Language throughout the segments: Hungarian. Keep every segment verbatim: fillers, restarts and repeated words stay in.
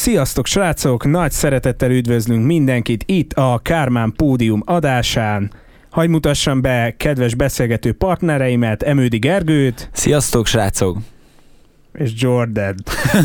Sziasztok srácok, nagy szeretettel üdvözlünk mindenkit itt a Kármán Pódium adásán. Hagy mutassam be kedves beszélgető partnereimet, Emődi Gergőt. Sziasztok srácok! És Jordan.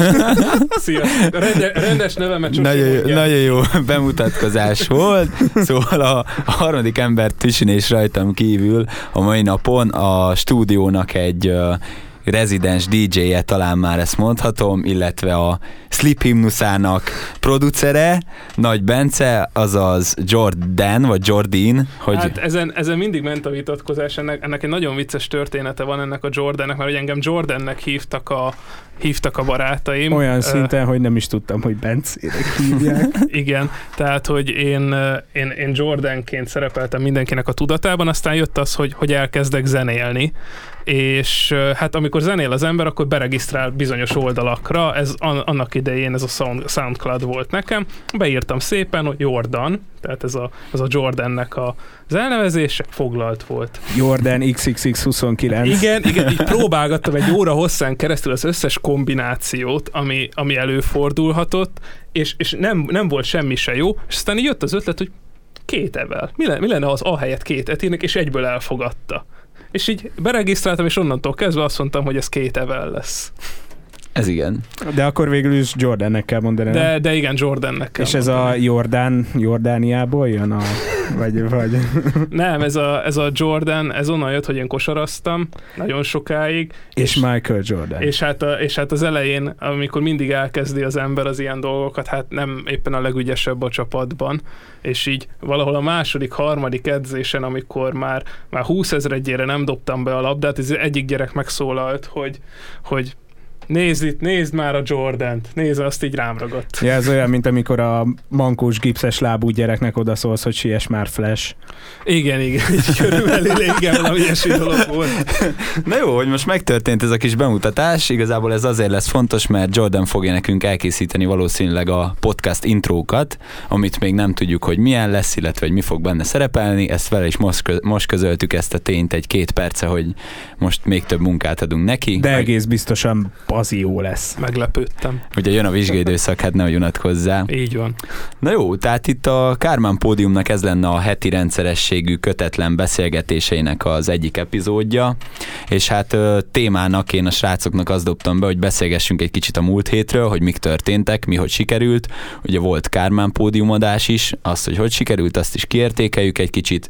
Sziasztok! Rende, rendes nevemet csak nagyon, jó, nagyon jó bemutatkozás volt. Szóval a, a harmadik ember Tüsin és rajtam kívül a mai napon a stúdiónak egy uh, rezidens dé dzsé-je, talán már ezt mondhatom, illetve a Sleep himnuszának producere, Nagy Bence, azaz Jordan, vagy Jordin. Hogy... Hát ezen, ezen mindig ment a vitatkozás, ennek, ennek egy nagyon vicces története van ennek a Jordannek, mert engem Jordannek hívtak a, hívtak a barátaim. Olyan szinten, uh, hogy nem is tudtam, hogy Bencének hívják. Igen, tehát, hogy én, én, én Jordanként szerepeltem mindenkinek a tudatában, aztán jött az, hogy, hogy elkezdek zenélni, és hát amikor zenél az ember, akkor beregisztrál bizonyos oldalakra, ez annak idején ez a Sound, SoundCloud volt nekem, beírtam szépen, hogy Jordan, tehát ez a, az a Jordannek a, az elnevezése foglalt volt. Jordan iksz iksz iksz huszonkilenc. Igen, igen, így próbálgattam egy óra hosszán keresztül az összes kombinációt, ami, ami előfordulhatott, és, és nem, nem volt semmi se jó, és aztán így jött az ötlet, hogy két evel. Mi lenne, mi lenne az A helyett két et írnek, és egyből elfogadta. És így beregisztráltam, és onnantól kezdve azt mondtam, hogy ez két evel lesz. Ez igen. De akkor végül is Jordannek kell mondani. De, de igen, Jordannek kell És ez mondani. A Jordán, Jordániából jön a... Vagy, vagy... Nem, ez a, ez a Jordan, ez onnan jött, hogy én kosaraztam nagyon sokáig. És, és Michael Jordan. És hát, a, és hát az elején, amikor mindig elkezdi az ember az ilyen dolgokat, hát nem éppen a legügyesebb a csapatban. És így valahol a második, harmadik edzésen, amikor már, már húszezredjére nem dobtam be a labdát, ez egyik gyerek megszólalt, hogy, hogy nézd itt, nézd már a Jordant, nézd, azt így rám ragadt. Ja, ez olyan, mint amikor a mankós gipszes lábú gyereknek odaszólsz, hogy siess már Flash. Igen, igen, így körülbelül igen, valami ilyesmi dolog volt. Na jó, hogy most megtörtént ez a kis bemutatás, igazából ez azért lesz fontos, mert Jordan fogja nekünk elkészíteni valószínűleg a podcast intrókat, amit még nem tudjuk, hogy milyen lesz, illetve hogy mi fog benne szerepelni, ezt vele is most, most közöltük ezt a tényt egy-két perce, hogy most még több munkát adunk neki. De egész biztosan az jó lesz. Meglepődtem. Ugye jön a vizsgaidőszak, hát nehogy unatkozzál. Így van. Na jó, tehát itt a Kármán Pódiumnak ez lenne a heti rendszerességű kötetlen beszélgetéseinek az egyik epizódja, és hát témának én a srácoknak azt dobtam be, hogy beszélgessünk egy kicsit a múlt hétről, hogy mik történtek, mi hogy sikerült. Ugye volt Kármán Pódiumadás is, azt, hogy hogy sikerült, azt is kiértékeljük egy kicsit,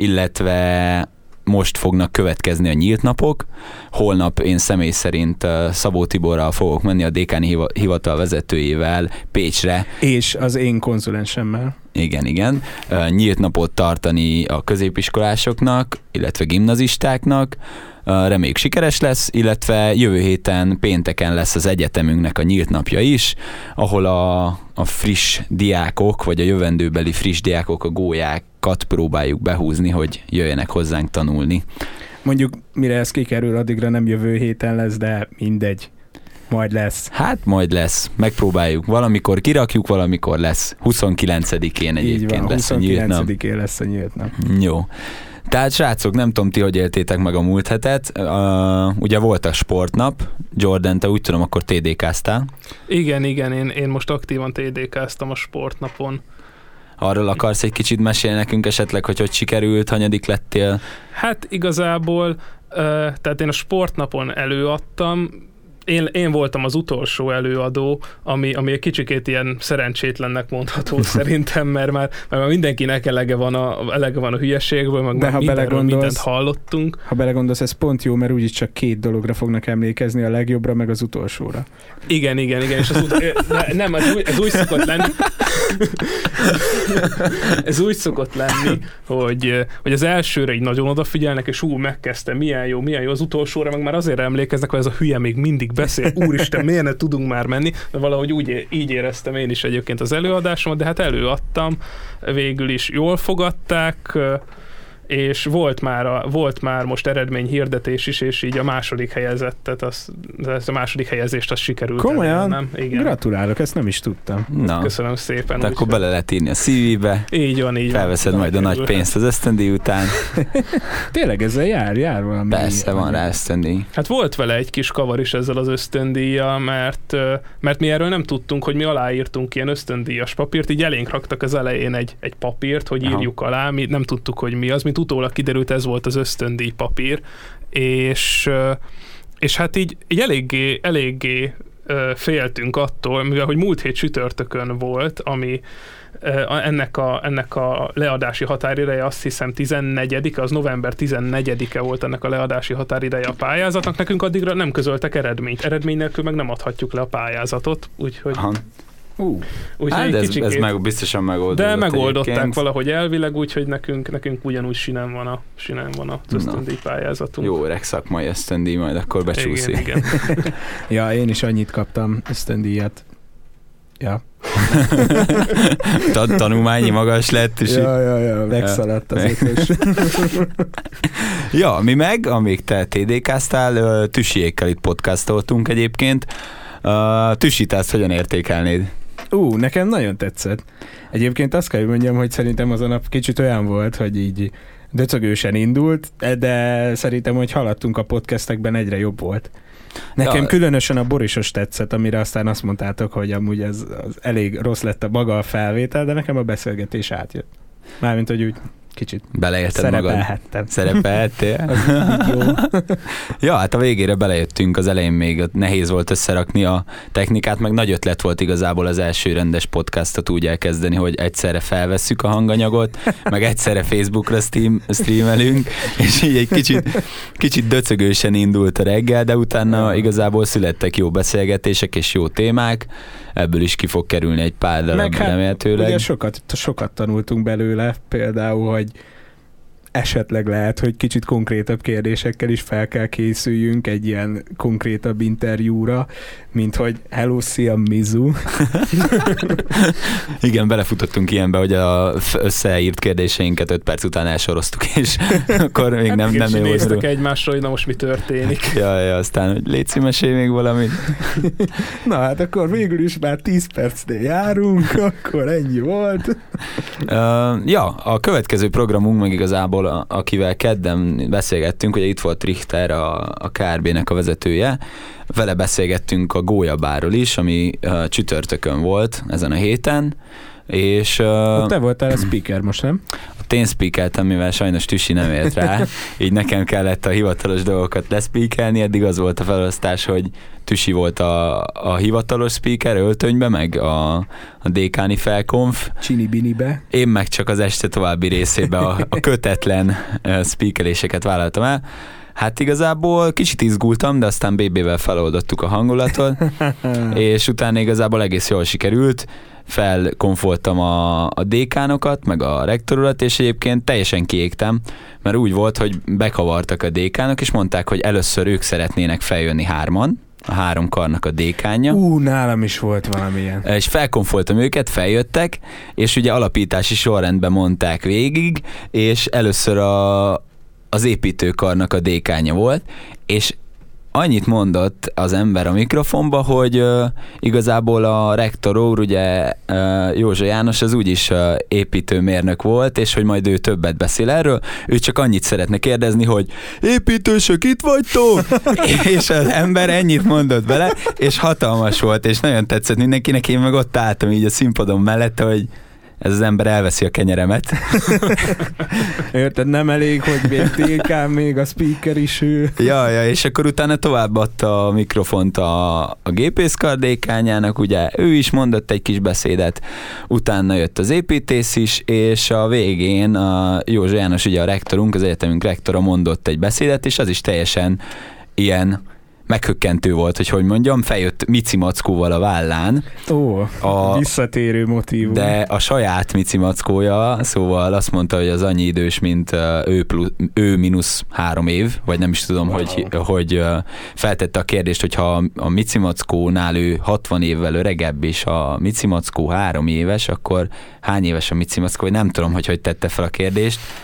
illetve most fognak következni a nyílt napok. Holnap én személy szerint Szabó Tiborral fogok menni, a dékáni hivatal vezetőjével Pécsre. És az én konzulensemmel. Igen, igen. Nyílt napot tartani a középiskolásoknak, illetve gimnazistáknak. Reméljük sikeres lesz, illetve jövő héten pénteken lesz az egyetemünknek a nyílt napja is, ahol a, a friss diákok, vagy a jövendőbeli friss diákok a gólyákat próbáljuk behúzni, hogy jöjjenek hozzánk tanulni. Mondjuk, mire ez kikerül, addigra nem jövő héten lesz, de mindegy. Majd lesz. Hát majd lesz. Megpróbáljuk. Valamikor kirakjuk, valamikor lesz. huszonkilencedikén egyébként van, lesz a nyílt nap. huszonkilencedikén lesz a nyílt nap. Jó. Tehát srácok, nem tudom ti, hogy éltétek meg a múlt hetet. Uh, ugye volt a sportnap. Jordan, te úgy tudom, akkor té dé ká-ztál. Igen, igen, én, én most aktívan té dé ká-ztam a sportnapon. Arról akarsz egy kicsit mesélni nekünk esetleg, hogy hogy sikerült, hanyadik lettél? Hát igazából, uh, tehát én a sportnapon előadtam, Én, én voltam az utolsó előadó, ami, ami egy kicsikét ilyen szerencsétlennek mondható szerintem, mert már, mert már mindenkinek elege van a, elege van a hülyeségből, meg de már ha mindenről mindent hallottunk. Ha belegondolsz, ez pont jó, mert úgyis csak két dologra fognak emlékezni, a legjobbra, meg az utolsóra. Igen, igen, igen, és az ut- ne, nem, ez úgy, ez úgy szokott lenni, ez úgy szokott lenni, hogy, hogy az elsőre így nagyon odafigyelnek, és ú, megkezdte, milyen jó, milyen jó, az utolsóra meg már azért emlékeznek, hogy ez a hülye még mindig beszél, úristen, miért ne tudunk már menni, de valahogy úgy, így éreztem én is egyébként az előadásomat, de hát előadtam, végül is jól fogadták, és volt már, a, volt már most eredményhirdetés is, és így a második helyezettet, az, a második helyezést azt sikerült. Komolyan? Nem? Igen. Gratulálok, ezt nem is tudtam. Na. Köszönöm szépen. De akkor bele lehet írni a cé vé-be. Így van, így van. Felveszed majd a nagy pénzt az ösztöndíj után. Tényleg ezzel jár, jár valami? Persze, van rá ösztöndíj. Hát volt vele egy kis kavar is ezzel az ösztöndíjjal, mert, mert mi erről nem tudtunk, hogy mi aláírtunk ilyen ösztöndíjas papírt, így elénk raktak az elején egy, egy papírt, hogy írjuk Aha. alá, mi nem tudtuk, hogy mi az, mint utólag kiderült, ez volt az ösztöndíj papír, és, és hát így, így eléggé, eléggé féltünk attól, mivel hogy múlt hét csütörtökön volt, ami ennek a, ennek a leadási határideje, azt hiszem tizennegyedike, az november tizennegyedike volt ennek a leadási határideje a pályázatnak, nekünk addigra nem közöltek eredményt. Eredmény nélkül meg nem adhatjuk le a pályázatot, úgyhogy... Aha. Uh. Úgy, hát ez, kicsikét, ez meg biztosan megoldódott. De megoldották egyébként. Valahogy elvileg, úgyhogy nekünk, nekünk ugyanúgy sinem van a, sinem van a ösztöndíj pályázatunk. Jó öreg szakmai ösztöndíj, majd akkor becsúszik. Igen, igen. Ja, én is annyit kaptam ösztöndíjat. Ja. Tan- tanulmányi magas lett, és ja, ja, ja, megszaladt az ötös. Ja, mi meg, amíg te té dé ká-ztál, Tüsiékkel itt podcastoltunk egyébként. Uh, Tüsit, ezt hogyan értékelnéd? Ú, uh, nekem nagyon tetszett. Egyébként azt kell, hogy mondjam, hogy szerintem az a nap kicsit olyan volt, hogy így döcögősen indult, de szerintem, hogy haladtunk a podcastekben, egyre jobb volt. Nekem ja. különösen a Borisos tetszett, amire aztán azt mondtátok, hogy amúgy ez az elég rossz lett a maga a felvétel, de nekem a beszélgetés átjött. Mármint, hogy úgy kicsit beleérted szerepelhettem. Szerepelhettél? Jó. Ja, hát a végére belejöttünk, az elején még nehéz volt összerakni a technikát, meg nagy ötlet volt igazából az első rendes podcastot úgy elkezdeni, hogy egyszerre felvesszük a hanganyagot, meg egyszerre Facebookra stream, streamelünk, és így egy kicsit, kicsit döcögősen indult a reggel, de utána igazából születtek jó beszélgetések és jó témák, ebből is ki fog kerülni egy pár darab hát, remélhetőleg. Ugye sokat, sokat tanultunk belőle, például, hogy esetleg lehet, hogy kicsit konkrétabb kérdésekkel is fel kell készüljünk egy ilyen konkrétabb interjúra, mint hogy hello, szia, Mizu. Igen, belefutottunk ilyenbe, hogy a összeírt kérdéseinket öt perc után elsoroztuk, és akkor még hát nem, nem jó. Néztek jó. egymásra, hogy na most mi történik. Ja, ja, aztán, hogy légy mesélj még valamit. Na hát akkor végül is már tíz percnél járunk, akkor ennyi volt. Uh, ja, a következő programunk meg igazából, a, akivel kedden beszélgettünk, ugye itt volt Richter, a, a ká er bé-nek a vezetője, vele beszélgettünk a gólyabáról is, ami uh, csütörtökön volt ezen a héten, és... Uh, te voltál a speaker most, nem? Ott én speakeltem, mivel sajnos Tüsi nem ért rá, így nekem kellett a hivatalos dolgokat leszpeakelni, eddig az volt a felosztás, hogy Tüsi volt a, a hivatalos speaker öltönybe, meg a, a dékáni felkonf. Csini-binibe. Én meg csak az este további részébe a, a kötetlen speakeléseket vállaltam el. Hát igazából kicsit izgultam, de aztán bé bével feloldottuk a hangulatot, és utána igazából egész jól sikerült. Felkonfoltam a, a dékánokat, meg a rektorulat, és egyébként teljesen kiégtem, mert úgy volt, hogy bekavartak a dékánok, és mondták, hogy először ők szeretnének feljönni hárman, a három karnak a dékánja. Ú, nálam is volt valamilyen. És felkonfoltam őket, feljöttek, és ugye alapítási sorrendben mondták végig, és először a, az építőkarnak a dékánya volt, és annyit mondott az ember a mikrofonba, hogy uh, igazából a rektor úr, ugye uh, Józsa János, az úgyis uh, építőmérnök volt, és hogy majd ő többet beszél erről. Ő csak annyit szeretne kérdezni, hogy építősök, itt vagytok? És az ember ennyit mondott bele, és hatalmas volt, és nagyon tetszett mindenkinek. Én meg ott álltam így a színpadon mellette, hogy ez az ember elveszi a kenyeremet. Érted, nem elég, hogy még té ká, még a speaker is ő. Ja, ja, és akkor utána továbbadta a mikrofont a, a gépészkar dékányának, ugye ő is mondott egy kis beszédet, utána jött az építész is, és a végén a Józsa János, ugye a rektorunk, az egyetemünk rektora mondott egy beszédet, és az is teljesen ilyen meghökkentő volt, hogy hogy mondjam, feljött Mici Mackóval a vállán. Ó, a, visszatérő motívum. De a saját Mici Mackója, szóval azt mondta, hogy az annyi idős, mint ő, plusz, ő mínusz három év, vagy nem is tudom, wow. hogy, hogy feltette a kérdést, hogyha a Mici Mackónál ő hatvan évvel öregebb, és a Mici Mackó három éves, akkor hány éves a Mici Mackó? Nem tudom, hogy hogy tette fel a kérdést,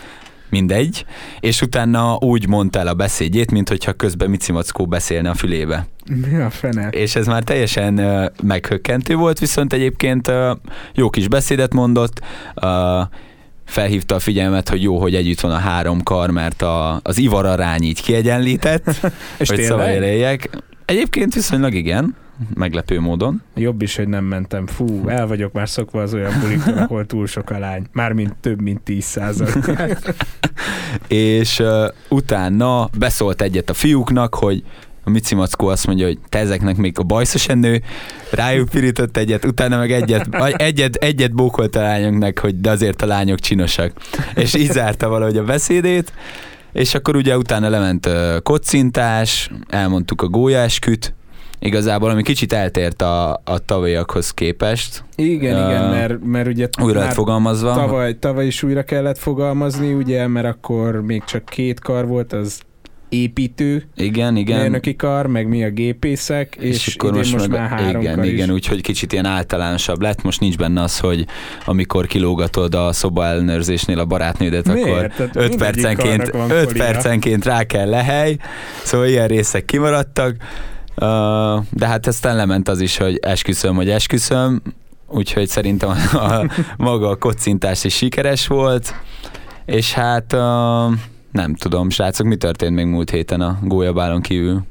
mindegy, és utána úgy mondta el a beszédjét, mint hogyha közben Mici Mackó beszélne a fülébe. Mi a fene? És ez már teljesen uh, meghökkentő volt, viszont egyébként uh, jó kis beszédet mondott, uh, felhívta a figyelmet, hogy jó, hogy együtt van a három kar, mert a, az ivararány így kiegyenlített, és hogy szavaira éljek. Egyébként viszonylag igen, meglepő módon. Jobb is, hogy nem mentem. Fú, el vagyok már szokva az olyan bulikon, ahol túl sok a lány. Mármint több, mint tíz százalék. És uh, utána beszólt egyet a fiúknak, hogy a Mici Mackó azt mondja, hogy te ezeknek még a bajszos nő, rájuk pirított egyet, utána meg egyet, egyet, egyet bókolt a lányoknak, hogy de azért a lányok csinosak. És így zárta valahogy a beszédét, és akkor ugye utána lement a kocintás, elmondtuk a gólyaesküt, igazából, ami kicsit eltért a, a tavalyiakhoz képest. Igen, uh, igen, mert, mert ugye újra lett fogalmazva. Tavaly, tavaly is újra kellett fogalmazni, ugye, mert akkor még csak két kar volt, az építő, igen, igen. mérnöki kar, meg mi a gépészek, és, és akkor most, most már három igen, kar igen, is. úgyhogy kicsit ilyen általánosabb lett. Most nincs benne az, hogy amikor kilógatod a szoba ellenőrzésnél a barátnődet, miért? akkor öt percenként, öt percenként rá kell lehely, szóval ilyen részek kimaradtak. Uh, de hát aztán lement az is, hogy esküszöm, hogy esküszöm, úgyhogy szerintem a, a, maga a kocintás is sikeres volt, és hát uh, nem tudom, srácok, mi történt még múlt héten a gólyabálon kívül?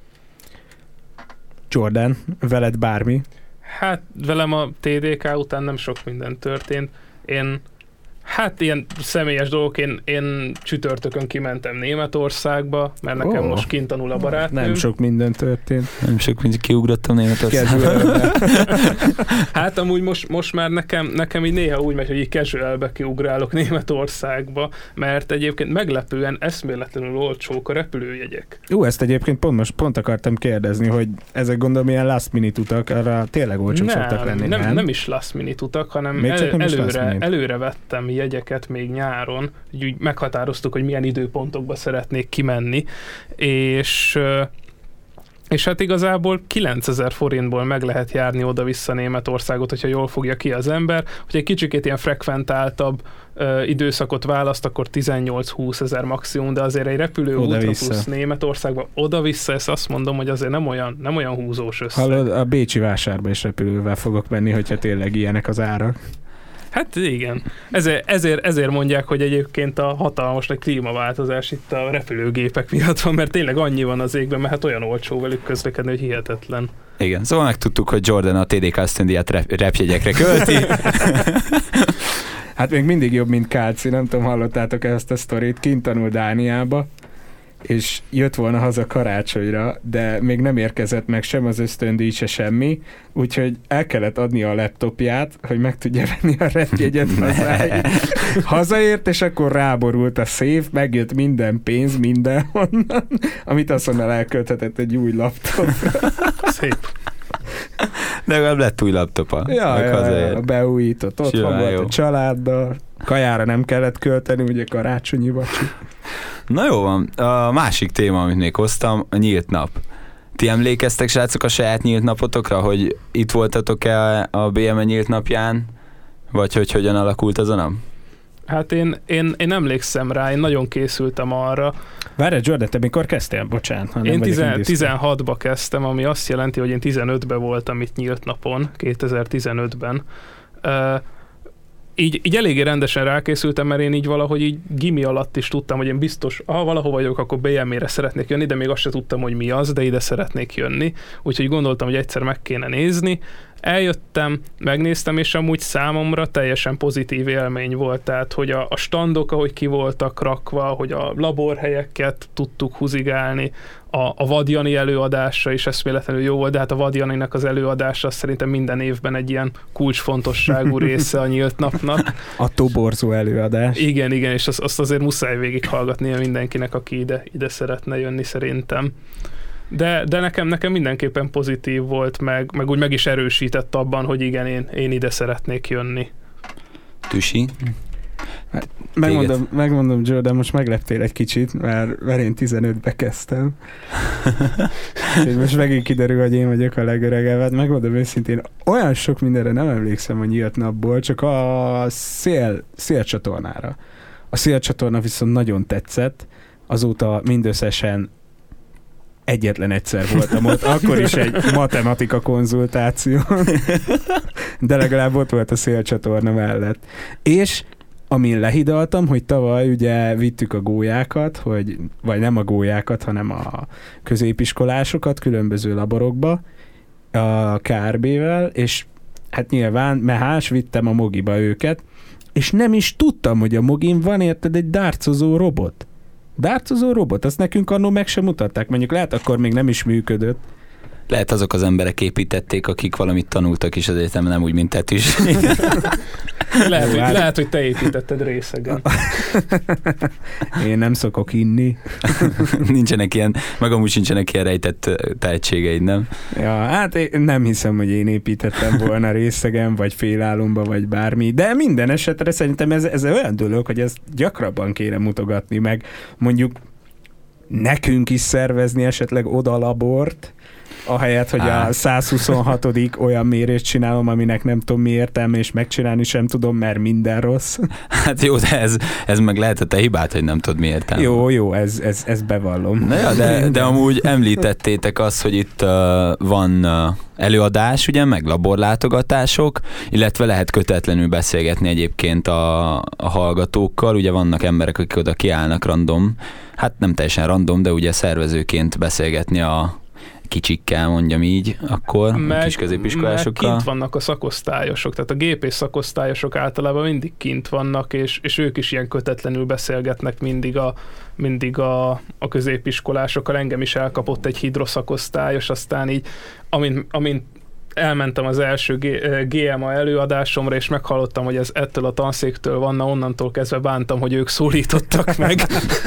Jordan, veled bármi? Hát velem a té dé ká után nem sok minden történt. Én Hát ilyen személyes dolgok, én, én csütörtökön kimentem Németországba, mert nekem oh. most kint tanul a barátnőm. Nem sok minden történt. Nem sok minden, kiugrottam Németországba. Hát amúgy most, most már nekem, nekem így néha úgy megy, hogy így casualbe kiugrálok Németországba, mert egyébként meglepően eszméletlenül olcsók a repülőjegyek. Jó, ezt egyébként pont most pont akartam kérdezni, hogy ezek gondolom ilyen last minute utak, arra tényleg olcsók nem, szoktak lenni, nem? Nem, nem is last minute utak, hanem Még el, nem előre, előre vettem jegyeket még nyáron, úgy meghatároztuk, hogy milyen időpontokba szeretnék kimenni, és és hát igazából kilencezer forintból meg lehet járni oda-vissza Németországot, hogyha jól fogja ki az ember. Hogyha egy kicsikét ilyen frekventáltabb uh, időszakot választ, akkor tizennyolc-húsz ezer maximum, de azért egy repülőútra plusz Németországba oda-vissza, ezt azt mondom, hogy azért nem olyan, nem olyan húzós összeg. Hallod, a bécsi vásárba is repülővel fogok menni, hogyha tényleg ilyenek az árak. Hát igen. Ezért, ezért, ezért mondják, hogy egyébként a hatalmas nagy klímaváltozás itt a repülőgépek miatt van, mert tényleg annyi van az égben, mert hát olyan olcsó velük közlekedni, hogy hihetetlen. Igen, szóval megtudtuk, hogy Jordan a té dé ká ösztöndíjat rep- repjegyekre költi. Hát még mindig jobb, mint Kálci, nem tudom, hallottátok ezt a sztorit, kint tanul Dániába, és jött volna haza karácsonyra, de még nem érkezett meg sem az ösztöndíj, se semmi, úgyhogy el kellett adni a laptopját, hogy meg tudja venni a repjegyet hazáig. Hazaért, és akkor ráborult a széf, megjött minden pénz mindenhonnan, amit azonnal elkölthetett egy új laptopra. Szép. De legalább lett új laptopa. Ja, ja, ja, beújított, otthon volt a családdal, kajára nem kellett költeni, ugye karácsonyi vacsi. Na jó van, a másik téma, amit még hoztam, a nyílt nap. Ti emlékeztek, srácok, a saját nyílt napotokra, hogy itt voltatok-e a bé em e nyílt napján, vagy hogy hogyan alakult az a nap? Hát én, én, én emlékszem rá, én nagyon készültem arra. Várj, Jordan, te mikor kezdtél? Bocsánat. Ha én tizenhatba kezdtem, ami azt jelenti, hogy én tizenötben voltam itt nyílt napon, kétezer-tizenötben. Uh, Így, így eléggé rendesen rákészültem, mert én így valahogy így gimi alatt is tudtam, hogy én biztos, ha valahol vagyok, akkor bé em é-re szeretnék jönni, de még azt sem tudtam, hogy mi az, de ide szeretnék jönni. Úgyhogy gondoltam, hogy egyszer meg kéne nézni. Eljöttem, megnéztem, és amúgy számomra teljesen pozitív élmény volt, tehát hogy a, a standok, ahogy ki voltak rakva, hogy a laborhelyeket tudtuk húzigálni, a, a Vadjani előadása is eszméletlenül jó volt, de hát a Vadjaninak az előadása szerintem minden évben egy ilyen kulcsfontosságú része a nyílt napnak. A toborzó előadás. Igen, igen, és azt, azt azért muszáj végighallgatnia mindenkinek, aki ide, ide szeretne jönni szerintem. De, de nekem, nekem mindenképpen pozitív volt, meg, meg úgy meg is erősített abban, hogy igen, én, én ide szeretnék jönni. Tüsi? Hát, megmondom, megmondom, Jordan, most megleptél egy kicsit, mert, mert én tizenötbe kezdtem. És most megint kiderül, hogy én vagyok a legöregebb. Megmondom őszintén, olyan sok mindenre nem emlékszem a nyílt napból, csak a szél, szélcsatornára. A szélcsatorna viszont nagyon tetszett, azóta mindösszesen egyetlen egyszer voltam ott, akkor is egy matematika konzultáció, de legalább ott volt a szélcsatorna mellett. És amin lehidaltam, hogy tavaly ugye vittük a gólyákat, hogy, vagy nem a gólyákat, hanem a középiskolásokat különböző laborokba, a ká er bé-vel, és hát nyilván mehás, vittem a mogiba őket, és nem is tudtam, hogy a mogin van, érted, egy dárcozó robot. Dárcozó robot, azt nekünk annól meg sem mutatták, mondjuk lehet akkor még nem is működött. Lehet azok az emberek építették, akik valamit tanultak is az egyetemen, nem úgy, mint te is. lehet, hogy, lehet, hogy te építetted részegen. Én nem szokok inni. Nincsenek ilyen, meg amúgy sincsenek ilyen rejtett tehetségeid, nem? Ja, hát én nem hiszem, hogy én építettem volna részegen, vagy félálomba, vagy bármi, de minden esetre szerintem ez, ez olyan dolog, hogy ezt gyakrabban kéne mutogatni, meg mondjuk nekünk is szervezni esetleg oda labort, ahelyett, hogy Á. a száz huszonhatodik olyan mérést csinálom, aminek nem tudom mi értelme, és megcsinálni sem tudom, mert minden rossz. Hát jó, de ez, ez meg lehet a te hibád, hogy nem tudod mi értelme. Jó, jó, ez, ez, ez bevallom. Na ja, de, de amúgy említettétek azt, hogy itt uh, van uh, előadás, ugye, meg laborlátogatások, illetve lehet kötetlenül beszélgetni egyébként a, a hallgatókkal. Ugye vannak emberek, akik oda kiállnak random, hát nem teljesen random, de ugye szervezőként beszélgetni a kicsikkel, mondjam így, akkor meg, kis középiskolásokkal. Meg kint vannak a szakosztályosok, tehát a gépész szakosztályosok általában mindig kint vannak, és, és ők is ilyen kötetlenül beszélgetnek mindig a, mindig a, a középiskolásokkal. Engem is elkapott egy hidroszakosztályos, aztán így, amint, amint elmentem az első gé em á előadásomra, és meghallottam, hogy ez ettől a tanszéktől van, na onnantól kezdve bántam, hogy ők szólítottak meg.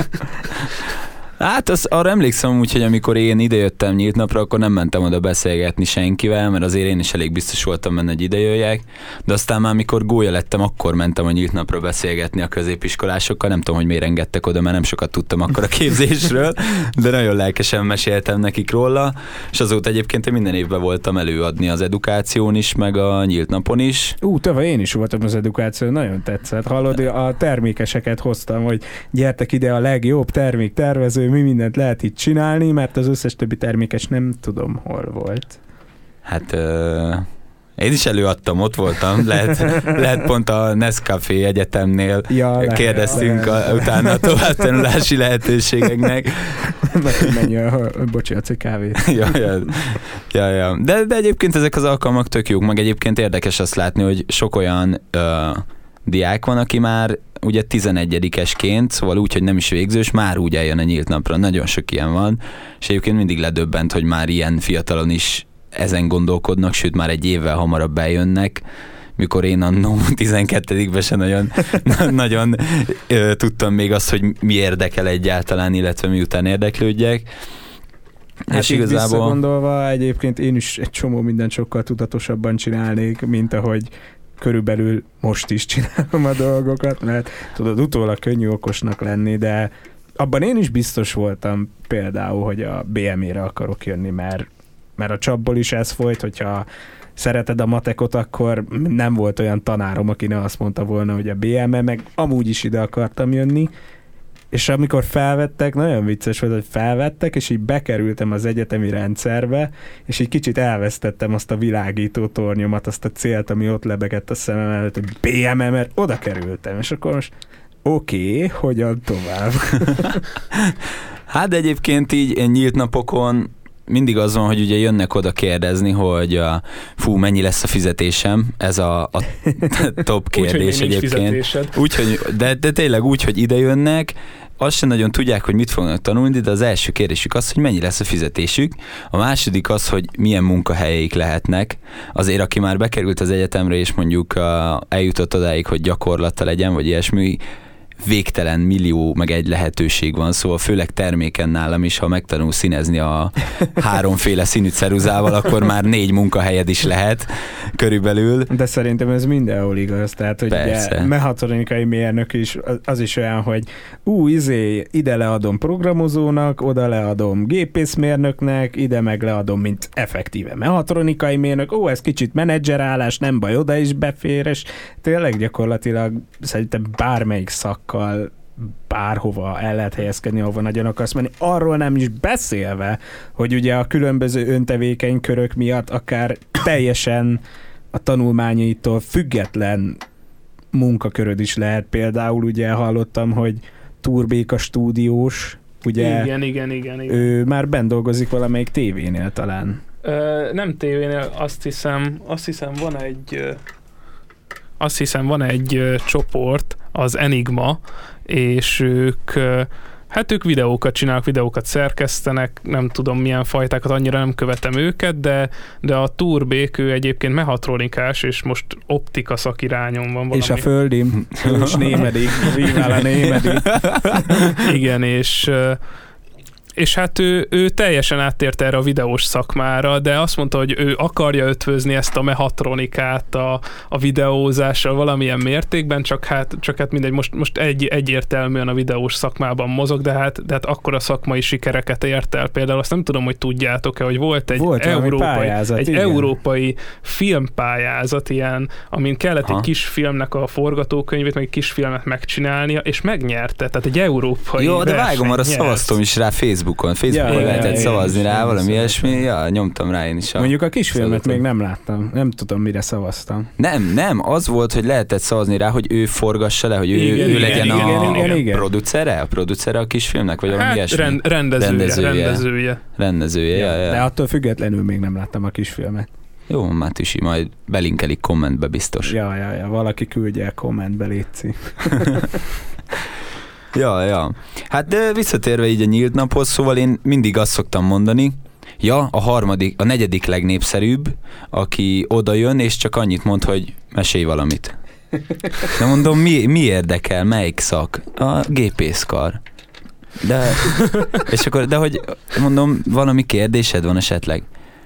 Hát az, arra emlékszem úgy, hogy amikor én idejöttem nyílt napra, akkor nem mentem oda beszélgetni senkivel, mert azért én is elég biztos voltam benne, hogy idejöjjek, de aztán már amikor gólya lettem, akkor mentem a nyílt napra beszélgetni a középiskolásokkal, nem tudom, hogy miért engedtek oda, mert nem sokat tudtam akkor a képzésről, de nagyon lelkesen meséltem nekik róla, és azóta egyébként én minden évben voltam előadni az edukáción is, meg a nyílt napon is. Ú, tavaly én is voltam az edukáción, nagyon tetszett. Hallod, a termékeseket hoztam, hogy gyertek ide, a legjobb terméktervező, mi mindent lehet itt csinálni, mert az összes többi termékes nem tudom, hol volt. Hát uh, én is előadtam, ott voltam, lehet, lehet pont a Nescafé Egyetemnél ja, kérdeztünk lehet, a, utána a továbbtanulási lehetőségeknek. Menj, bocsánat, egy kávét. ja, ja, ja, ja. De, de egyébként ezek az alkalmak tök jók, meg egyébként érdekes azt látni, hogy sok olyan uh, diák van, aki már ugye tizenegyedikesként, szóval úgy, hogy nem is végzős, már úgy eljön a nyílt napra. Nagyon sok ilyen van, és egyébként mindig ledöbbent, hogy már ilyen fiatalon is ezen gondolkodnak, sőt már egy évvel hamarabb bejönnek, mikor én annó tizenkettedikben sem nagyon, nagyon ö, tudtam még azt, hogy mi érdekel egyáltalán, illetve miután érdeklődjek. Hát és igazából visszagondolva egyébként én is egy csomó mindent sokkal tudatosabban csinálnék, mint ahogy körülbelül most is csinálom a dolgokat, mert tudod, utólag könnyű okosnak lenni, de abban én is biztos voltam például, hogy a bé em é-re akarok jönni, mert, mert a csapból is ez folyt, hogyha szereted a matekot, akkor nem volt olyan tanárom, aki ne azt mondta volna, hogy a bé em é, meg amúgy is ide akartam jönni, és amikor felvettek, nagyon vicces volt, hogy felvettek, és így bekerültem az egyetemi rendszerbe, és így kicsit elvesztettem azt a világító tornyomat, azt a célt, ami ott lebegett a szemem előtt, hogy bé em é, mert oda kerültem, és akkor most oké, okay, hogyan tovább? Hát egyébként így nyílt napokon mindig az van, hogy ugye jönnek oda kérdezni, hogy a, fú, mennyi lesz a fizetésem, ez a, a top kérdés úgy, egyébként. Úgy, hogy, de, de tényleg úgy, hogy ide jönnek, azt sem nagyon tudják, hogy mit fognak tanulni, de az első kérdésük az, hogy mennyi lesz a fizetésük. A második az, hogy milyen munkahelyeik lehetnek. Azért, aki már bekerült az egyetemre, és mondjuk eljutott odáig, hogy gyakorlata legyen, vagy ilyesmi, végtelen millió, meg egy lehetőség van, szóval főleg terméken nálam is, ha megtanul színezni a háromféle színű ceruzával, akkor már négy munkahelyed is lehet körülbelül. De szerintem ez mindenhol igaz, tehát hogy ugye mechatronikai mérnök is, az is olyan, hogy ú, izé, ide leadom programozónak, oda leadom gépészmérnöknek, ide meg leadom, mint effektíve mechatronikai mérnök, ó, ez kicsit menedzserállás, nem baj, oda is befér, és tényleg gyakorlatilag szerintem bármelyik szak bárhova el lehet helyezkedni, ahova nagyon akarsz menni. Arról nem is beszélve, hogy ugye a különböző öntevékenykörök miatt akár teljesen a tanulmányaitól független munkaköröd is lehet. Például ugye hallottam, hogy Turbéka stúdiós, ugye igen, igen, igen, igen. ő már benn dolgozik valamelyik tévénél talán. Ö, nem tévénél, azt hiszem, azt hiszem van egy azt hiszem van egy csoport, az Enigma, és ők hát ők videókat csinálnak, videókat szerkesztenek, nem tudom milyen fajtákat, annyira nem követem őket, de, de a Turbék, ő egyébként mehatronikás, és most optika szakirányon van valami. És a földim, ő is némedik, rívál a némedik. Igen, és és hát ő, ő teljesen áttért erre a videós szakmára, de azt mondta, hogy ő akarja ötvözni ezt a mehatronikát a, a videózással valamilyen mértékben, csak hát, csak hát mindegy, most, most egy, egyértelműen a videós szakmában mozog, de hát, de hát akkor a szakmai sikereket ért el. Például azt nem tudom, hogy tudjátok-e, hogy volt egy volt európai, egy európai filmpályázat ilyen, amin kellett ha. egy kis filmnek a forgatókönyvét, meg egy kis filmet megcsinálnia, és megnyerte, tehát egy európai Jó, de vágom, arra szavaztam is rá Facebook Facebookon, Facebookon ja, lehetett ja, szavazni rá, valami ilyesmi, ja, nyomtam rá én is. A Mondjuk a kisfilmet még nem láttam, nem tudom, mire szavaztam. Nem, nem, az volt, hogy lehetett szavazni rá, hogy ő forgassa le, hogy ő, igen, ő igen, legyen igen, a, igen, a igen. producere, a producere a kisfilmnek, vagy valami hát, ilyesmi. Rend, rendezője, rendezője. Rendezője. rendezője ja, ja. De attól függetlenül még nem láttam a kisfilmet. Jó, Mátüsi, majd belinkelik kommentbe biztos. Ja, ja, ja, valaki küldje el kommentbe, létszik. Ja, ja. Hát de visszatérve így a nyílt naphoz, szóval én mindig azt szoktam mondani, ja, a harmadik, a negyedik legnépszerűbb, aki oda jön, és csak annyit mond, hogy mesélj valamit. De mondom, mi, mi érdekel, melyik szak? A gépészkar. De, és akkor, de hogy mondom, valami kérdésed van esetleg?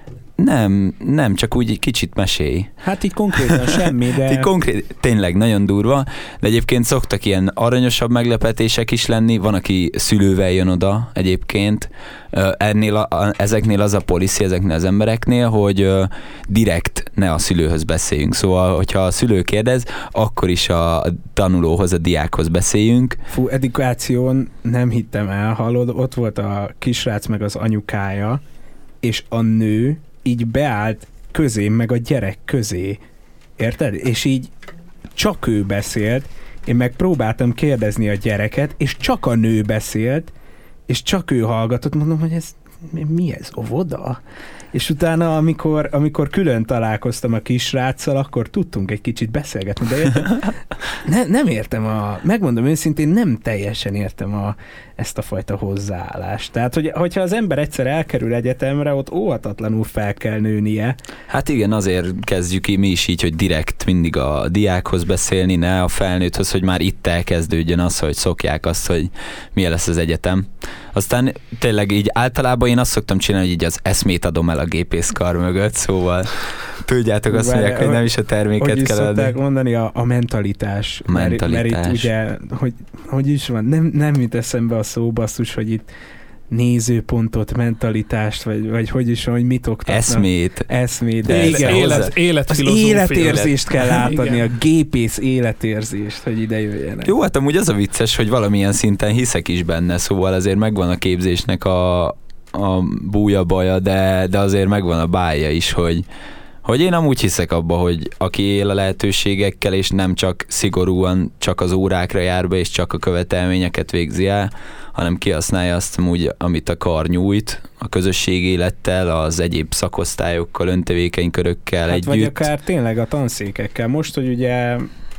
Nem, nem, csak úgy egy kicsit mesélj. Hát így konkrétan semmi, de... Így konkrét, tényleg nagyon durva, de egyébként szoktak ilyen aranyosabb meglepetések is lenni, van, aki szülővel jön oda egyébként. Ennél a, ezeknél az a policy, ezeknél az embereknél, hogy direkt ne a szülőhöz beszéljünk. Szóval, hogyha a szülő kérdez, akkor is a tanulóhoz, a diákhoz beszéljünk. Fú, edukáción nem hittem el, hallod, ott volt a kisrác meg az anyukája, és a nő így beállt közém, meg a gyerek közé. Érted? És így csak ő beszélt, én meg próbáltam kérdezni a gyereket, és csak a nő beszélt, és csak ő hallgatott. Mondom, hogy ez mi ez, óvoda? És utána, amikor, amikor külön találkoztam a kisráccal, akkor tudtunk egy kicsit beszélgetni, de értem, ne, nem értem a, megmondom őszintén, nem teljesen értem a, ezt a fajta hozzáállást. Tehát, hogy, hogyha az ember egyszer elkerül egyetemre, ott óhatatlanul fel kell nőnie. Hát igen, azért kezdjük mi is így, hogy direkt mindig a diákhoz beszélni, ne a felnőtthöz, hogy már itt elkezdődjön az, hogy szokják azt, hogy milyen lesz az egyetem. Aztán tényleg így általában én azt szoktam csinálni, hogy így az eszmét adom el a gépészkar mögött, szóval tudjátok, azt mondják, hogy nem is a terméket hogy kell adni. Hogy adni. mondani, a, a mentalitás. A mentalitás. Mert, mert itt ugye, hogy, hogy is van, nem, nem jut eszembe a szó, basszus, hogy itt nézőpontot, mentalitást, vagy, vagy hogy is van, hogy mit oktatnak. Eszmét. Eszmét. De de igen, élet, életfilozófia. Az életérzést kell átadni, a gépész életérzést, hogy ide jöjjenek. Jó, hát amúgy az a vicces, hogy valamilyen szinten hiszek is benne, szóval azért megvan a képzésnek a, a búja baja, de, de azért megvan a bája is, hogy hogy én amúgy hiszek abba, hogy aki él a lehetőségekkel, és nem csak szigorúan csak az órákra jár be, és csak a követelményeket végzi el, hanem kihasználja azt amúgy, amit a kar nyújt, a közösségi élettel, az egyéb szakosztályokkal, öntevékenykörökkel hát együtt. Vagy akár tényleg a tanszékekkel. Most, hogy ugye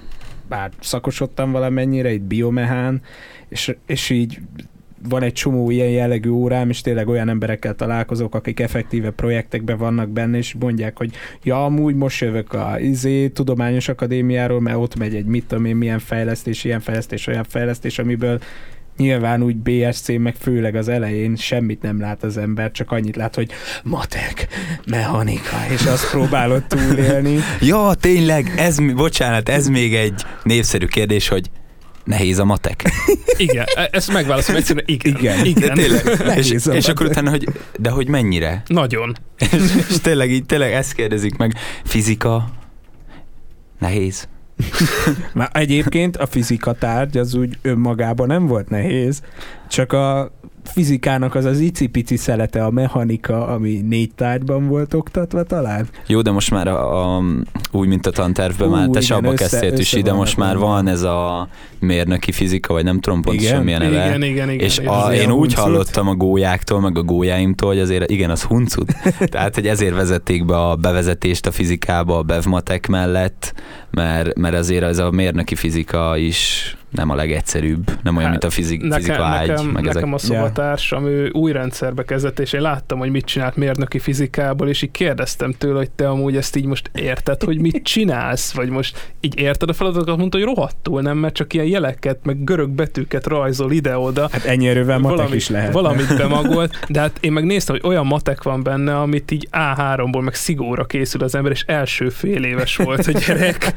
bár szakosodtam valamennyire, itt biomehán, és, és így van egy csomó ilyen jellegű órám, és tényleg olyan emberekkel találkozok, akik effektíve projektekben vannak benne, és mondják, hogy ja, amúgy most jövök a izé, tudományos akadémiáról, mert ott megy egy mit tudom én, milyen fejlesztés, ilyen fejlesztés, olyan fejlesztés, amiből nyilván úgy bé es cé, meg főleg az elején semmit nem lát az ember, csak annyit lát, hogy matek, mechanika, és azt próbálod túlélni. Ja, tényleg, ez, bocsánat, ez még egy népszerű kérdés, hogy nehéz a matek. Igen, ezt megválaszolom egyszerűen, igen. Igen, igen. tényleg. és, és akkor utána, hogy de hogy mennyire? Nagyon. és, és tényleg így, tényleg ezt kérdezik meg. Fizika? Nehéz? Már egyébként a fizika tárgy az úgy önmagában nem volt nehéz, csak a fizikának az az icipici szelete, a mechanika, ami négy tárgyban volt oktatva talán. Jó, de most már a, a, úgy, mint a tantervben Ú, már, te igen, abba össze- kezdtél is ide, most már van ez a mérnöki fizika, vagy nem tudom pontosan Igen? milyen neve. Igen, igen, igen. És igen. a, azért én a úgy huncut. hallottam a gólyáktól, meg a gólyáimtól, hogy azért igen, az huncut. Tehát, hogy ezért vezették be a bevezetést a fizikába a bevmatek mellett, mert, mert azért ez a mérnöki fizika is nem a legegyszerűbb, nem olyan, Hát, mint a fizik, Nekem, fizika ágy. nekem, Meg ezek. nekem a szobatársam, ő új rendszerbe kezdett, és én láttam, hogy mit csinált mérnöki fizikából, és így kérdeztem tőle, hogy te amúgy ezt így most érted, hogy mit csinálsz, vagy most így érted a feladatokat, mondta, hogy rohadtul nem, mert csak ilyen jeleket, meg görög betűket rajzol ide-oda. Hát ennyi erővel matek Valami, is lehet. Valamit bemagolt, de hát én meg néztem, hogy olyan matek van benne, amit így á háromból meg szigóra készül az ember, és első fél éves volt a gyerek.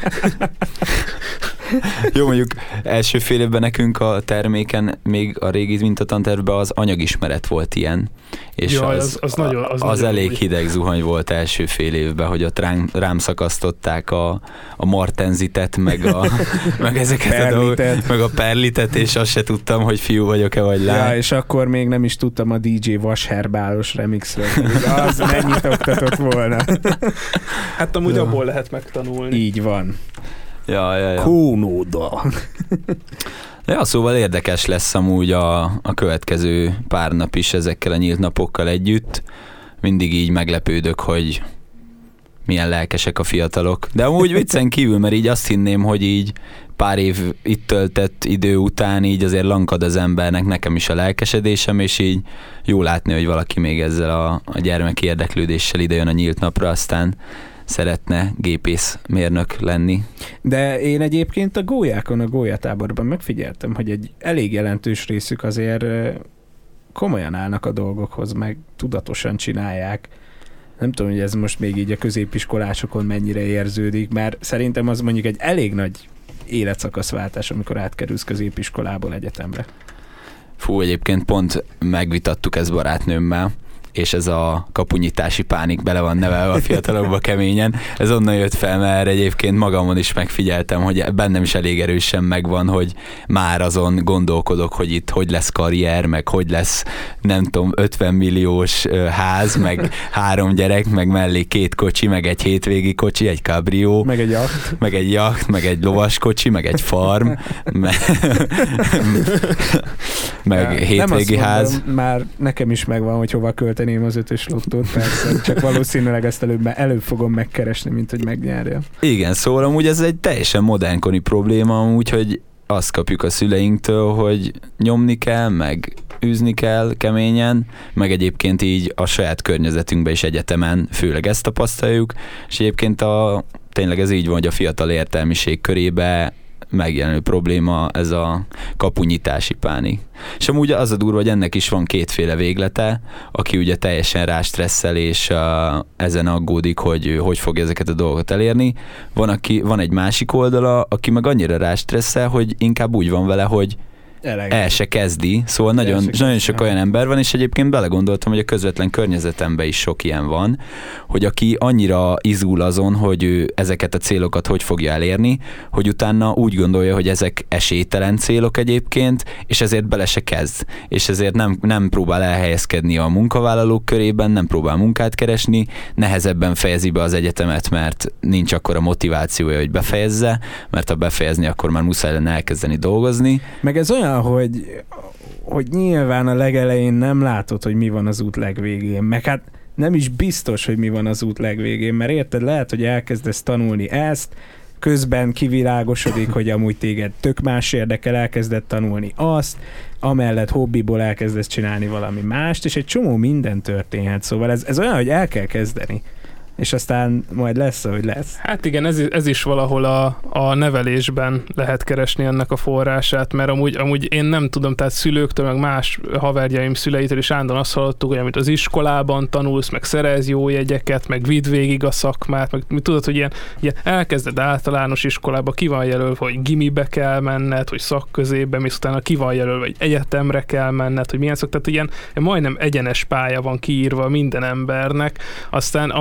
Jó, mondjuk első fél évben nekünk a terméken, még a régi mintatantervben az anyagismeret volt ilyen. És Jaj, az, az- az nagyon- az az nagyon elég új. hideg zuhany volt első fél évben, hogy ott rám, rám szakasztották a, a martenzitet, meg, a, meg ezeket a dolgokat, Perlitet. meg a perlitet, és azt se tudtam, hogy fiú vagyok-e, vagy lány. Ja, és akkor még nem is tudtam a dé dzsé vasherbálos remixről. pedig Az mennyit oktatott volna. Hát amúgy Ja. abból lehet megtanulni. Így van. Ja, ja, ja. Kónóda. Ja, szóval érdekes lesz amúgy a, a következő pár nap is ezekkel a nyílt napokkal együtt. Mindig így meglepődök, hogy milyen lelkesek a fiatalok. De amúgy viccen kívül, mert így azt hinném, hogy így pár év itt töltett idő után így azért lankad az embernek, nekem is a lelkesedésem, és így jó látni, hogy valaki még ezzel a, a gyermeki érdeklődéssel idejön a nyílt napra, aztán szeretne gépészmérnök lenni. De én egyébként a gólyákon, a gólyatáborban megfigyeltem, hogy egy elég jelentős részük azért ö, komolyan állnak a dolgokhoz, meg tudatosan csinálják. Nem tudom, hogy ez most még így a középiskolásokon mennyire érződik, mert szerintem az mondjuk egy elég nagy életszakaszváltás, amikor átkerülsz középiskolából egyetemre. Fú, egyébként pont megvitattuk ezt barátnőmmel, és ez a kapunyítási pánik bele van nevelve a fiatalokba keményen. Ez onnan jött fel, mert egyébként magamon is megfigyeltem, hogy bennem is elég erősen megvan, hogy már azon gondolkodok, hogy itt hogy lesz karrier, meg hogy lesz, nem tudom, ötven milliós ház, meg három gyerek, meg mellé két kocsi, meg egy hétvégi kocsi, egy kabrió, Meg egy jacht. meg egy jacht, meg egy lovaskocsi, meg egy farm, meg, meg Ja, nem hétvégi azt ház. mondom, már nekem is megvan, hogy hova költeném az ötös lottót, persze. Csak valószínűleg ezt előbb, előbb fogom megkeresni, mint hogy megnyerjem. Igen, szóval amúgy ez egy teljesen modernkori probléma amúgy, hogy azt kapjuk a szüleinktől, hogy nyomni kell, meg űzni kell keményen, meg egyébként így a saját környezetünkben is egyetemen főleg ezt tapasztaljuk, és egyébként a, tényleg ez így van, hogy a fiatal értelmiség körébe megjelenő probléma ez a kapunyítási pánik. És amúgy az a durva, hogy ennek is van kétféle véglete, aki ugye teljesen rástresszel, és uh, ezen aggódik, hogy hogy fogja ezeket a dolgokat elérni. Van, aki, van egy másik oldala, aki meg annyira rástresszel, hogy inkább úgy van vele, hogy Eleg. el se kezdi, szóval El nagyon, se kezdi, nagyon sok ja. olyan ember van, és egyébként belegondoltam, hogy a közvetlen környezetemben is sok ilyen van, hogy aki annyira izgul azon, hogy ő ezeket a célokat hogy fogja elérni, hogy utána úgy gondolja, hogy ezek esélytelen célok egyébként, és ezért bele se kezd. És ezért nem, nem próbál elhelyezkedni a munkavállalók körében, nem próbál munkát keresni, nehezebben fejezi be az egyetemet, mert nincs akkora motivációja, hogy befejezze, mert ha befejezni, akkor már muszáj lenne elkezdeni dolgozni. Meg ez olyan, hogy, hogy nyilván a legelején nem látod, hogy mi van az út legvégén, meg hát nem is biztos, hogy mi van az út legvégén, mert érted, lehet, hogy elkezdesz tanulni ezt, közben kivilágosodik, hogy amúgy téged tök más érdekel, elkezded tanulni azt, amellett hobbiból elkezdesz csinálni valami mást, és egy csomó minden történhet, szóval ez, ez olyan, hogy el kell kezdeni. És aztán majd lesz, ahogy lesz. Hát igen, ez, ez is valahol a, a nevelésben lehet keresni ennek a forrását, mert amúgy, amúgy én nem tudom, tehát szülőktől, meg más haverjaim szüleitől is állandóan azt hallottuk, hogy amit az iskolában tanulsz, meg szerez jó jegyeket, meg vidd végig a szakmát, meg tudod, hogy ilyen, ilyen elkezded általános iskolába, ki van jelölve, hogy gimibe kell menned, hogy szakközébe, és utána ki van jelölve, hogy egyetemre kell menned, hogy milyen szok, tehát ilyen majdnem egyenes pálya van kiírva minden embernek, aztán egyébként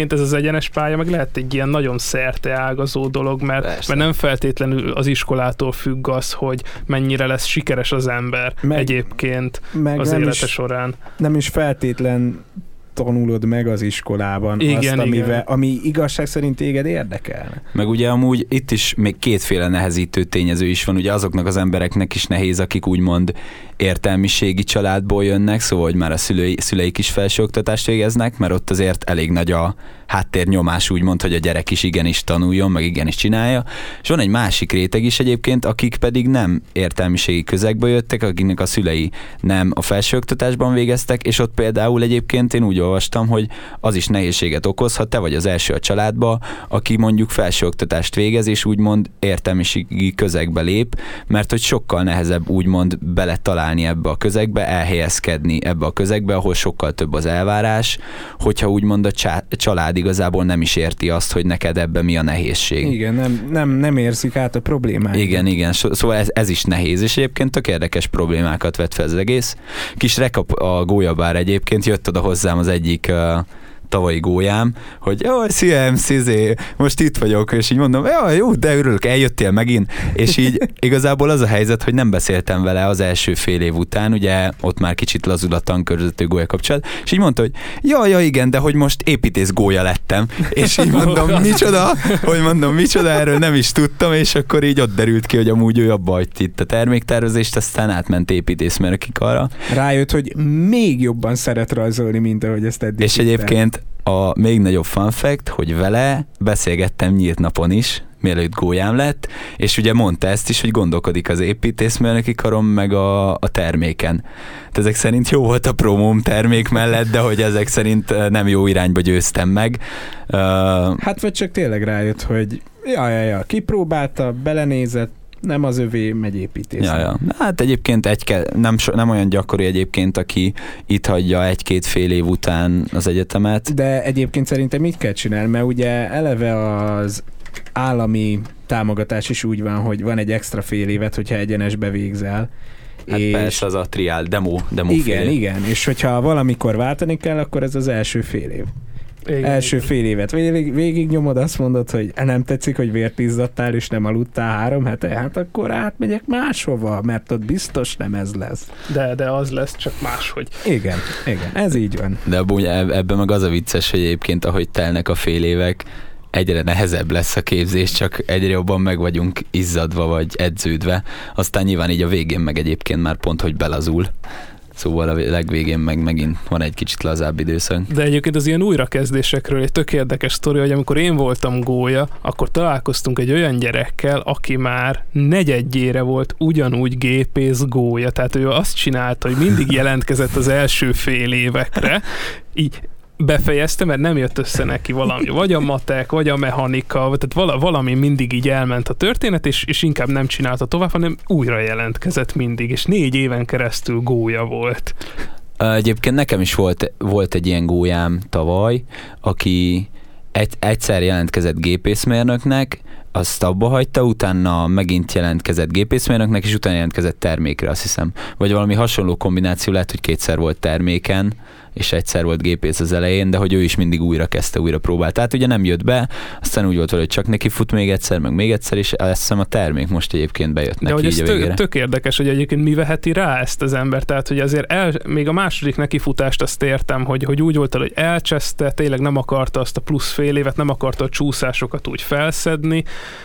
egyébként ez az egyenes pálya meg lehet egy ilyen nagyon szerteágazó dolog, mert, mert nem feltétlenül az iskolától függ az, hogy mennyire lesz sikeres az ember meg, egyébként meg az élete is, során. Nem is feltétlen tanulod meg az iskolában igen, azt, amivel, igen. ami igazság szerint téged érdekelne. Meg ugye amúgy itt is még kétféle nehezítő tényező is van, ugye azoknak az embereknek is nehéz, akik úgymond értelmiségi családból jönnek, szóval hogy már a szülei, szüleik is felsőoktatást végeznek, mert ott azért elég nagy a háttérnyomás úgymond, hogy a gyerek is igenis tanuljon, meg igenis csinálja. És van egy másik réteg is egyébként, akik pedig nem értelmiségi közegből jöttek, akiknek a szülei nem a felsőoktatásban végeztek, és ott például egyébként én úgy olvastam, hogy az is nehézséget okozhat, te vagy az első a családba, aki mondjuk felsőoktatást végez, és úgymond értelmiségi közegbe lép, mert hogy sokkal nehezebb úgymond beletalálni ebbe a közegbe, elhelyezkedni ebbe a közegbe, ahol sokkal több az elvárás, hogyha úgymond a család igazából nem is érti azt, hogy neked ebben mi a nehézség. Igen, nem, nem, nem érzik át a problémát. Igen, igen, szóval ez, ez is nehéz, és egyébként tök érdekes problémákat vet fel az egész. Kis rekap a gólyabár egyébként, jött oda hozzám az egyik uh, tavalyi gólyám, hogy jaj, szia em cé, most itt vagyok, és így mondom, jaj, jó, de örülök, eljöttél megint, és így igazából az a helyzet, hogy nem beszéltem vele az első fél év után, ugye ott már kicsit lazul a tankörzető gólya kapcsolat, és így mondta, hogy jaj, ja, igen, de hogy most építész gólya lettem, és így mondom, micsoda, hogy mondom, micsoda, erről nem is tudtam, és akkor így ott derült ki, hogy amúgy ő abba hagyt itt a terméktervezést, aztán átment építészmérnöki karra. Rájött, hogy még jobban szeret rajzolni, mint ahogy ezt eddig. És egyébként a még nagyobb fun fact, hogy vele beszélgettem nyílt napon is, mielőtt gólyám lett, és ugye mondta ezt is, hogy gondolkodik az építészmérnöki karom meg a, a terméken. De ezek szerint jó volt a promóm termék mellett, de hogy ezek szerint nem jó irányba győztem meg. Uh, hát vagy csak tényleg rájött, hogy ja, ja, ja, kipróbálta, belenézett, nem az övé, megy építész. Ja, ja. Hát egyébként egy, nem, nem olyan gyakori egyébként, aki itt hagyja egy-két fél év után az egyetemet. De egyébként szerintem mit kell csinálni, mert ugye eleve az állami támogatás is úgy van, hogy van egy extra fél évet, hogyha egyenesbe végzel. Hát és persze az a triál, demo, demo igen, fél év. Igen, és hogyha valamikor váltani kell, akkor ez az első fél év. Igen, első igen. fél évet. Végig, végig nyomod, azt mondod, hogy nem tetszik, hogy vért izzadtál, és nem aludtál három hete, hát akkor átmegyek máshova, mert ott biztos nem ez lesz. De, de az lesz, csak máshogy. Igen, igen, ez így van. De ebben meg az a vicces, hogy egyébként ahogy telnek a fél évek, egyre nehezebb lesz a képzés, csak egyre jobban meg vagyunk izzadva, vagy edződve. Aztán nyilván így a végén meg egyébként már pont, hogy belazul. Szóval a legvégén meg megint van egy kicsit lazább időszak. De egyébként az ilyen újrakezdésekről egy tök érdekes sztori, hogy amikor én voltam gólya, akkor találkoztunk egy olyan gyerekkel, aki már negyedjére volt ugyanúgy gépész gólya. Tehát ő azt csinálta, hogy mindig jelentkezett az első fél évekre, így befejezte, mert nem jött össze neki valami, vagy a matek, vagy a mechanika, tehát vala, valami mindig így elment a történet, és, és inkább nem csinálta tovább, hanem újra jelentkezett mindig, és négy éven keresztül gólya volt. Egyébként nekem is volt, volt egy ilyen gólyám tavaly, aki egy, egyszer jelentkezett gépészmérnöknek, azt abba hagyta, utána megint jelentkezett gépészmérnöknek, és utána jelentkezett termékre, azt hiszem. Vagy valami hasonló kombináció lehet, hogy kétszer volt terméken, és egyszer volt gépész az elején, de hogy ő is mindig újra kezdte, újra próbált. Tehát ugye nem jött be, aztán úgy volt, hogy csak neki fut még egyszer, meg még egyszer, és azt hiszem a termék most egyébként bejött neki. De hogy így ez a végére. Tök, tök érdekes, hogy egyébként mi veheti rá ezt az ember, tehát hogy azért el, még a második nekifutást azt értem, hogy, hogy úgy volt, hogy elcseszte, tényleg nem akarta azt a plusz fél évet, nem akarta a csúszásokat úgy felszedni,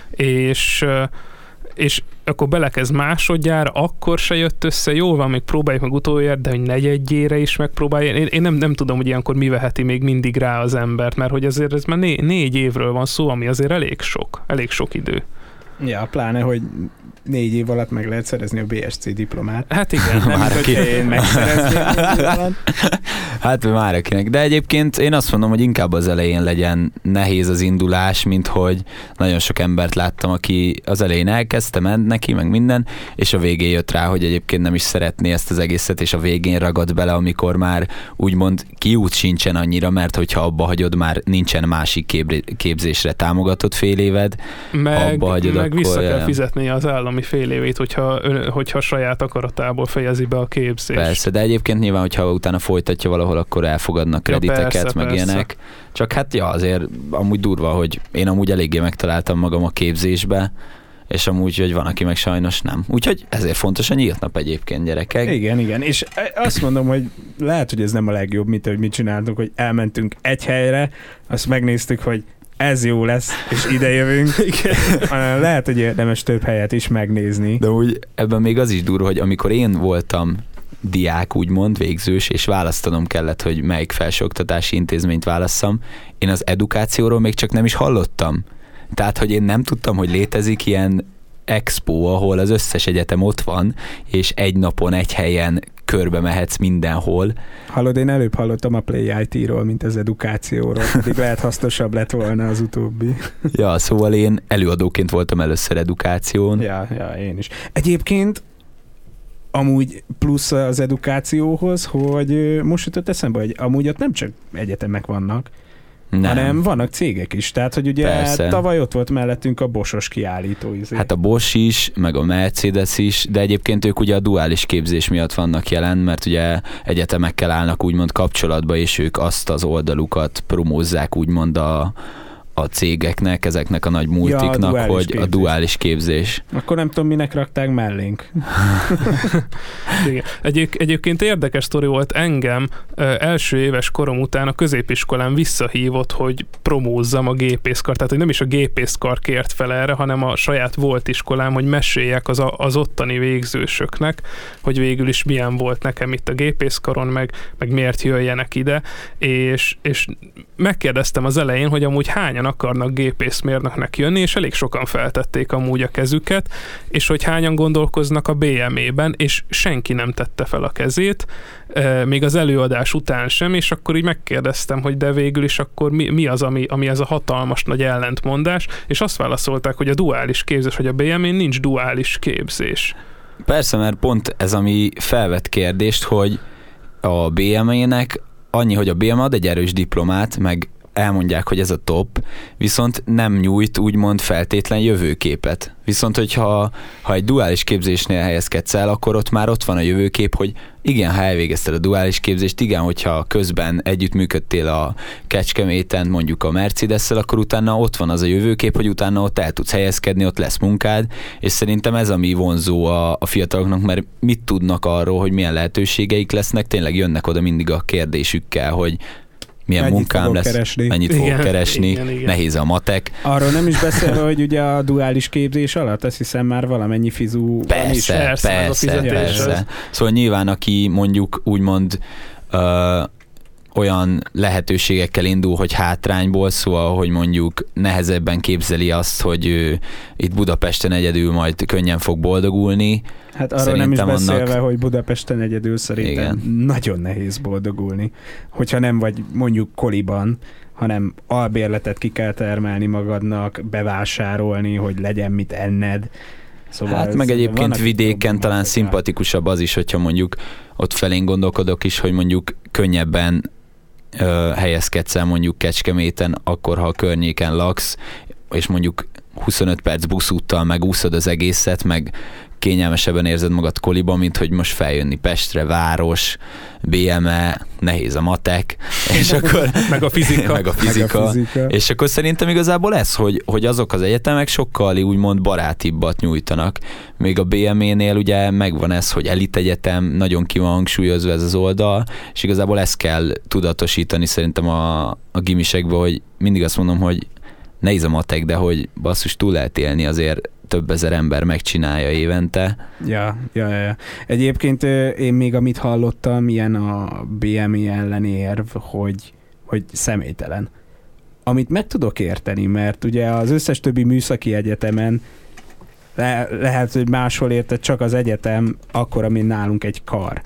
és és akkor belekezd másodjára, akkor se jött össze, jó van, még próbáljuk meg utoljára, de hogy negyedjére is megpróbálja. Én, én nem, nem tudom, hogy ilyenkor mi veheti még mindig rá az embert, mert hogy azért ez már né, négy évről van szó, ami azért elég sok, elég sok idő. Ja, pláne, hogy négy év alatt meg lehet szerezni a bé es cé diplomát. Hát igen. Nem, már hogy én megszerezném. Hát már akinek. De egyébként én azt mondom, hogy inkább az elején legyen nehéz az indulás, mint hogy nagyon sok embert láttam, aki az elején elkezdte, ment neki, meg minden, és a végén jött rá, hogy egyébként nem is szeretné ezt az egészet, és a végén ragad bele, amikor már úgymond kiút sincsen annyira, mert hogyha abba hagyod, már nincsen másik kép- képzésre támogatott fél éved, meg, abba hagyod, meg akkor... vissza kell fizetnie az állami fél évét, hogyha, hogyha saját akaratából fejezi be a képzést. Persze, de egyébként nyilván, hogyha utána folytatja valahol ahol akkor elfogadnak krediteket, ja, persze, meg persze. ilyenek. Csak hát ja, azért amúgy durva, hogy én amúgy eléggé megtaláltam magam a képzésbe, és amúgy, hogy van, aki meg sajnos nem. Úgyhogy ezért fontos a nyílt nap egyébként, gyerekek. Igen, igen, és azt mondom, hogy lehet, hogy ez nem a legjobb, mint hogy mit csináltunk, hogy elmentünk egy helyre, azt megnéztük, hogy ez jó lesz, és ide jövünk. Lehet, hogy érdemes több helyet is megnézni. De úgy ebben még az is durva, hogy amikor én voltam diák, úgymond végzős, és választanom kellett, hogy melyik felsőoktatási intézményt válasszam, én az edukációról még csak nem is hallottam. Tehát, hogy én nem tudtam, hogy létezik ilyen expo, ahol az összes egyetem ott van, és egy napon, egy helyen körbe mehetsz mindenhol. Hallod, én előbb hallottam a Play i té-ról, mint az edukációról, pedig lehet hasznosabb lett volna az utóbbi. Ja, szóval én előadóként voltam először edukáción. Ja, ja, én is. Egyébként amúgy plusz az edukációhoz, hogy most jutott eszembe, hogy amúgy ott nem csak egyetemek vannak, nem. hanem vannak cégek is. Tehát, hogy ugye Persze. tavaly ott volt mellettünk a Bosch-os kiállító. Izé. Hát a Bosch is, meg a Mercedes is, de egyébként ők ugye a duális képzés miatt vannak jelen, mert ugye egyetemekkel állnak úgymond kapcsolatba, és ők azt az oldalukat promózzák úgymond a a cégeknek, ezeknek a nagy multiknak, ja, a hogy képzés. A duális képzés. Akkor nem tudom, minek rakták mellénk. Igen. Egyéb, egyébként érdekes sztori volt engem, első éves korom után a középiskolán visszahívott, hogy promózzam a gépészkart, tehát hogy nem is a gépészkar kért fel erre, hanem a saját volt iskolám, hogy meséljek az, a, az ottani végzősöknek, hogy végül is milyen volt nekem itt a gépészkaron, meg, meg miért jöjjenek ide, és, és megkérdeztem az elején, hogy amúgy hányan akarnak gépészmérnöknek jönni, és elég sokan feltették amúgy a kezüket, és hogy hányan gondolkoznak a bé em é-ben, és senki nem tette fel a kezét, még az előadás után sem, és akkor így megkérdeztem, hogy de végül is akkor mi, mi az, ami, ami ez a hatalmas nagy ellentmondás, és azt válaszolták, hogy a duális képzés, hogy a bé em é nincs duális képzés. Persze, mert pont ez, ami felvett kérdést, hogy a bé em é-nek annyi, hogy a bé em é ad egy erős diplomát, meg elmondják, hogy ez a top, viszont nem nyújt úgymond feltétlen jövőképet. Viszont, hogyha ha egy duális képzésnél helyezkedsz el, akkor ott már ott van a jövőkép, hogy igen, ha elvégezted a duális képzést, igen, hogyha közben együttműködtél a Kecskeméten, mondjuk a Mercedes-szel, akkor utána ott van az a jövőkép, hogy utána ott el tudsz helyezkedni, ott lesz munkád, és szerintem ez ami vonzó a, a fiataloknak, mert mit tudnak arról, hogy milyen lehetőségeik lesznek, tényleg jönnek oda mindig a kérdésükkel, hogy milyen mennyit munkám lesz, keresni. mennyit igen, fogok keresni, igen, igen. Nehéz a matek. Arról nem is beszélve, hogy ugye a duális képzés alatt, azt hiszem már valamennyi fizú persze, is. Persze, persze, persze. Szóval nyilván, aki mondjuk úgymond ö, olyan lehetőségekkel indul, hogy hátrányból, szóval, hogy mondjuk nehezebben képzeli azt, hogy ő itt Budapesten egyedül majd könnyen fog boldogulni. Hát arról szerintem nem is beszélve, annak... hogy Budapesten egyedül szerintem igen. nagyon nehéz boldogulni. Hogyha nem vagy mondjuk koliban, hanem albérletet ki kell termelni magadnak, bevásárolni, hogy legyen mit enned. Szóval hát meg egyébként vidéken talán szimpatikusabb az is, hogyha mondjuk ott felén gondolkodok is, hogy mondjuk könnyebben ö, helyezkedsz el mondjuk Kecskeméten, akkor ha a környéken laksz, és mondjuk huszonöt perc buszúttal megúszod az egészet, meg kényelmesebben érzed magad koliba, mint hogy most feljönni Pestre, város, bé em é, nehéz a matek, és akkor meg a fizika, meg a fizika, meg a fizika. És akkor szerintem igazából ez, hogy, hogy azok az egyetemek sokkal úgymond barátibbat nyújtanak. Még a bé em é-nél ugye megvan ez, hogy elit egyetem, nagyon ki van hangsúlyozva ez az oldal, és igazából ezt kell tudatosítani szerintem a, a gimisekbe, hogy mindig azt mondom, hogy nehéz a matek, de hogy basszus, túl lehet élni, azért több ezer ember megcsinálja évente. Ja, ja, ja. Egyébként én még amit hallottam, ilyen a bé em é elleni érv, hogy, hogy személytelen. Amit meg tudok érteni, mert ugye az összes többi műszaki egyetemen le, lehet, hogy máshol érted csak az egyetem, akkor, ami nálunk egy kar.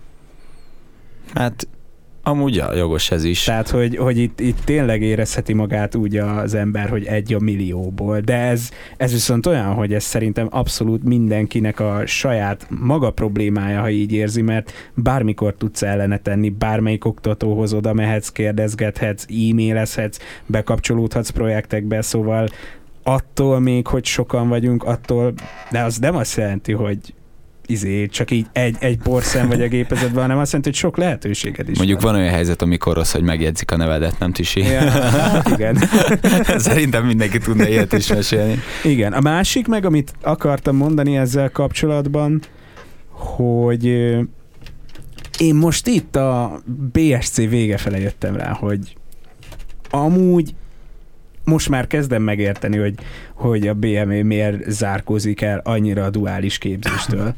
Hát amúgy ja, jogos ez is. Tehát, hogy, hogy itt, itt tényleg érezheti magát úgy az ember, hogy egy a millióból, de ez, ez viszont olyan, hogy ez szerintem abszolút mindenkinek a saját maga problémája, ha így érzi, mert bármikor tudsz ellene tenni, bármelyik oktatóhoz oda mehetsz, kérdezgethetsz, e-mailezhetsz, bekapcsolódhatsz projektekbe, szóval attól még, hogy sokan vagyunk, attól, de az nem azt jelenti, hogy izé, csak így egy, egy porszem vagy a gépezetben, hanem azt jelenti, hogy sok lehetőséged is. Mondjuk van, van olyan helyzet, amikor rossz, hogy megjegyzik a nevedet, nem Tisi? Ja, hát igen. Szerintem mindenki tudna ilyet is mesélni. Igen. A másik meg, amit akartam mondani ezzel kapcsolatban, hogy én most itt a bé es cé vége fele jöttem rá, hogy amúgy most már kezdem megérteni, hogy, hogy a bé em vé miért zárkózik el annyira a duális képzéstől.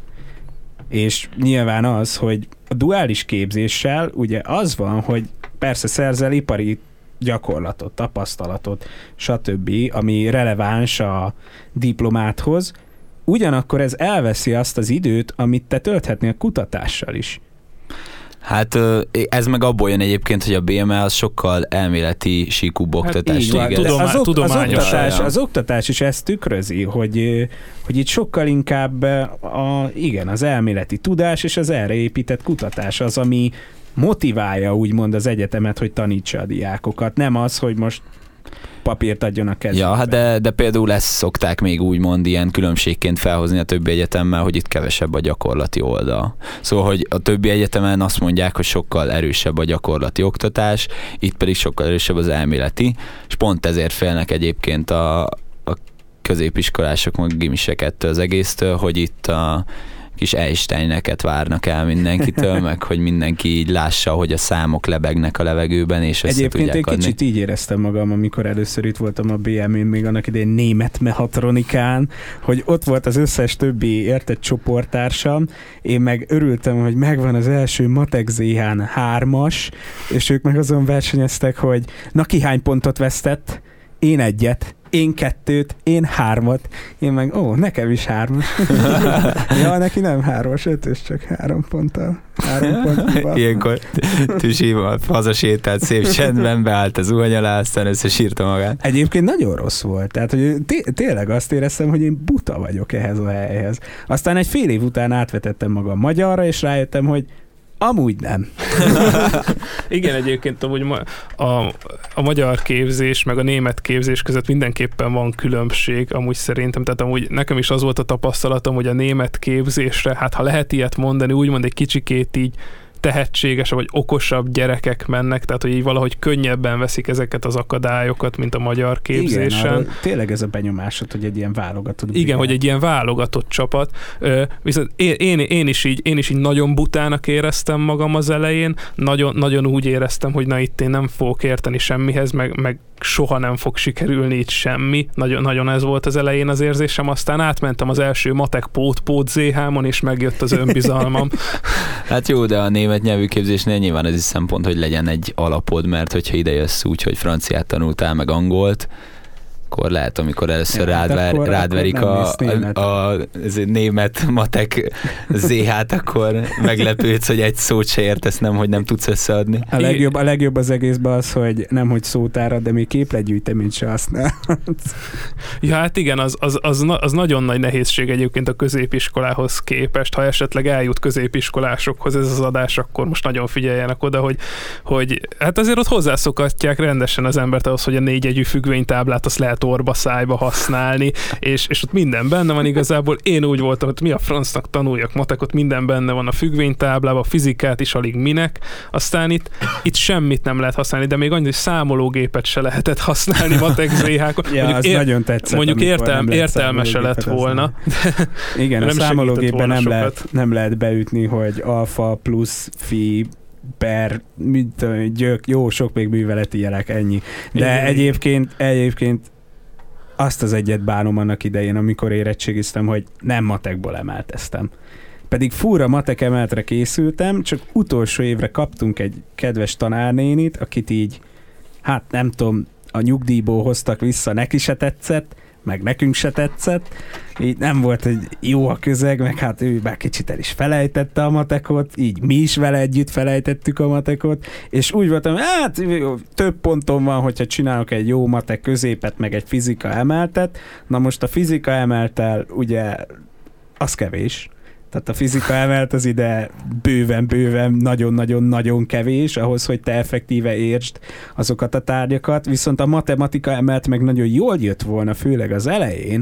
És nyilván az, hogy a duális képzéssel ugye az van, hogy persze szerzel ipari gyakorlatot, tapasztalatot, stb., ami releváns a diplomáthoz, ugyanakkor ez elveszi azt az időt, amit te tölthetnél kutatással is. Hát ez meg abból jön egyébként, hogy a bé em e az sokkal elméleti síkúbb oktatást hát végez. Tudomá- az, az, oktatás, az oktatás is ezt tükrözi, hogy, hogy itt sokkal inkább a, igen, az elméleti tudás és az erre épített kutatás az, ami motiválja úgymond az egyetemet, hogy tanítsa a diákokat. Nem az, hogy most papírt adjon a kezükbe. Ja, hát de, de például ezt szokták még úgymond ilyen különbségként felhozni a többi egyetemmel, hogy itt kevesebb a gyakorlati oldal. Szóval, hogy a többi egyetemen azt mondják, hogy sokkal erősebb a gyakorlati oktatás, itt pedig sokkal erősebb az elméleti, és pont ezért félnek egyébként a, a középiskolások, meg gimiseket az egésztől, hogy itt a kis Einsteineket várnak el mindenkitől, meg hogy mindenki így lássa, hogy a számok lebegnek a levegőben, és össze Egyébként tudják egy adni. Kicsit így éreztem magam, amikor először itt voltam a bé em én, még annak idején német mehatronikán, hogy ott volt az összes többi értett csoporttársam, én meg örültem, hogy megvan az első Matek zé hán hármas, és ők meg azon versenyeztek, hogy na ki hány pontot vesztett, én egyet, én kettőt, én hármat, én meg, ó, nekem is hármas. Ja, neki nem hármas, ötös, csak három ponttal. Három ponttal. Ilyenkor Tüsi hazasétált szép csendben, beállt az zuhany alá, aztán összesírta magát. Egyébként nagyon rossz volt, tehát hogy té- tényleg azt éreztem, hogy én buta vagyok ehhez a helyhez. Aztán egy fél év után átvetettem magam magyarra, és rájöttem, hogy amúgy nem. Igen, egyébként amúgy a, a magyar képzés meg a német képzés között mindenképpen van különbség, amúgy szerintem, tehát amúgy nekem is az volt a tapasztalatom, hogy a német képzésre, hát ha lehet ilyet mondani, úgymond egy kicsikét így tehetséges vagy okosabb gyerekek mennek, tehát hogy így valahogy könnyebben veszik ezeket az akadályokat, mint a magyar képzésen. Igen, tényleg ez a benyomásod, hogy egy ilyen válogatott. Igen, bírál. Hogy egy ilyen válogatott csapat. Viszont én, én, én, is így, én is így nagyon butának éreztem magam az elején, nagyon, nagyon úgy éreztem, hogy na itt én nem fogok érteni semmihez, meg, meg soha nem fog sikerülni itt semmi. Nagyon, nagyon ez volt az elején az érzésem, aztán átmentem az első matek pót-pót zé hámon, és megjött az önbizalmam. Hát jó, de a német nyelvűképzésnél nyilván ez is szempont, hogy legyen egy alapod, mert hogyha ide jössz úgy, hogy franciát tanultál, meg angolt, akkor lehet, amikor először ja, rád, ver, akkor, rád verik a, a, a, a német matek zé hát, akkor meglepődsz, hogy egy szót se értesz, nem, hogy nem tudsz összeadni. A legjobb, a legjobb az egészben az, hogy nem, hogy szótárad, de még képletgyűjteményt se használhatsz. Ja, hát igen, az, az, az, az nagyon nagy nehézség egyébként a középiskolához képest. Ha esetleg eljut középiskolásokhoz ez az adás, akkor most nagyon figyeljenek oda, hogy, hogy hát azért ott hozzászokatják rendesen az embert ahhoz, hogy a négyjegyű függvénytáblát azt lehet orba szájba használni, és, és ott minden benne van igazából. Én úgy voltam, hogy mi a francnak tanuljak matekot, minden benne van a függvénytáblában, a fizikát is alig minek, aztán itt, itt semmit nem lehet használni, de még annyi, hogy számológépet se lehetett használni matek zé hákon. Ja, mondjuk az ér, nagyon tetszett, mondjuk értelm, értelmese lett volna. Igen, a számológépben nem lehet, nem lehet beütni, hogy alfa plusz fi per, mint, gyök, jó, sok még műveleti jelek, ennyi. De Igen. egyébként, egyébként azt az egyet bánom annak idején, amikor érettségiztem, hogy nem matekból emelteztem. Pedig fúra matek emeltre készültem, csak utolsó évre kaptunk egy kedves tanárnénit, akit így, hát nem tudom, a nyugdíjból hoztak vissza, neki se tetszett, meg nekünk se tetszett, így nem volt egy jó a közeg, meg hát ő már kicsit el is felejtette a matekot, így mi is vele együtt felejtettük a matekot, és úgy voltam, hát több ponton van, hogyha csinálok egy jó matek középet, meg egy fizika emeltet, na most a fizika emeltel, ugye, az kevés. Tehát a fizika emelt az ide bőven-bőven nagyon-nagyon-nagyon kevés ahhoz, hogy te effektíve értsd azokat a tárgyakat, viszont a matematika emelt meg nagyon jól jött volna, főleg az elején,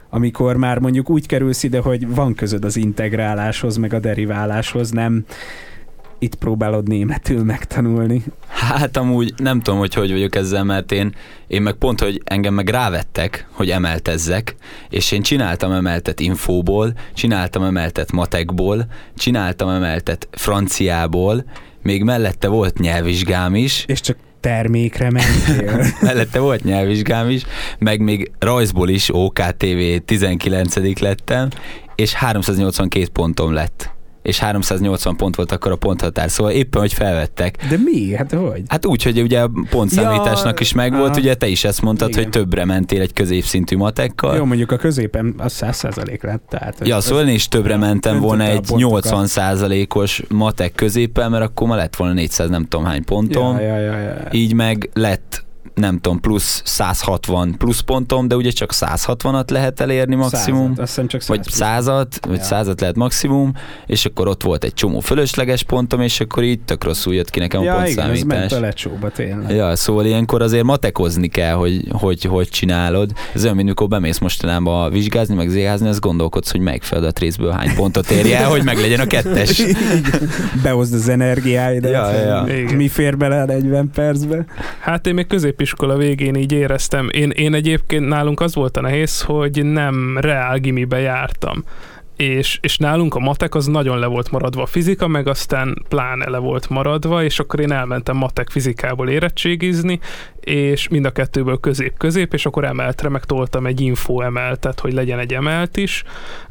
amikor már mondjuk úgy kerülsz ide, hogy van közöd az integráláshoz, meg a deriváláshoz, nem itt próbálod németül megtanulni. Hát amúgy nem tudom, hogy hogy vagyok ezzel, mert én, én meg pont, hogy engem meg rávettek, hogy emeltezzek, és én csináltam emeltet infóból, csináltam emeltet matekból, csináltam emeltet franciából, még mellette volt nyelvvizsgám is. És csak termékre mentél. Mellette volt nyelvvizsgám is, meg még rajzból is ó ká té vé tizenkilencedik lettem, és háromszáznyolcvankét pontom lett. És háromszáznyolcvan pont volt akkor a ponthatár, szóval éppen, hogy felvettek. De mi? Hát hogy? Hát úgy, hogy ugye a pontszámításnak ja, is megvolt, ugye te is ezt mondtad, igen, hogy többre mentél egy középszintű matekkal. Jó, mondjuk a középen az száz százalék lett. Tehát ja, szóval én is többre mentem volna egy nyolcvan százalékos matek középen, mert akkor ma lett volna négyszáz nem tudom hány pontom. Ja, ja, ja, ja. Így meg lett nem tudom, plusz száz hatvan plusz pontom, de ugye csak száz hatvanat lehet elérni maximum. Százat, azt hiszem csak száz vagy százat, vagy ja. százat lehet maximum, és akkor ott volt egy csomó fölösleges pontom, és akkor így tök rosszul jött ki nekem ja, a pontszámítás. Ja, igen, ez ment a lecsóba tényleg. Ja, szóval ilyenkor azért matekozni kell, hogy hogy, hogy csinálod. Ez olyan, mint mikor bemész mostanában vizsgázni, meg zéházni, azt gondolkodsz, hogy melyik feladat részből hány pontot érj el, hogy meglegyen a kettes. Behozd az energiáidat. Ja, ja. Mi fér bele a negyven percbe? Hát én még középiskola végén így éreztem. Én, én egyébként nálunk az volt a nehéz, hogy nem reál gimibe jártam. És, és nálunk a matek az nagyon le volt maradva. A fizika meg aztán pláne le volt maradva, és akkor én elmentem matek fizikából érettségizni, és mind a kettőből közép-közép, és akkor emeltre megtoltam egy info emeltet, hogy legyen egy emelt is.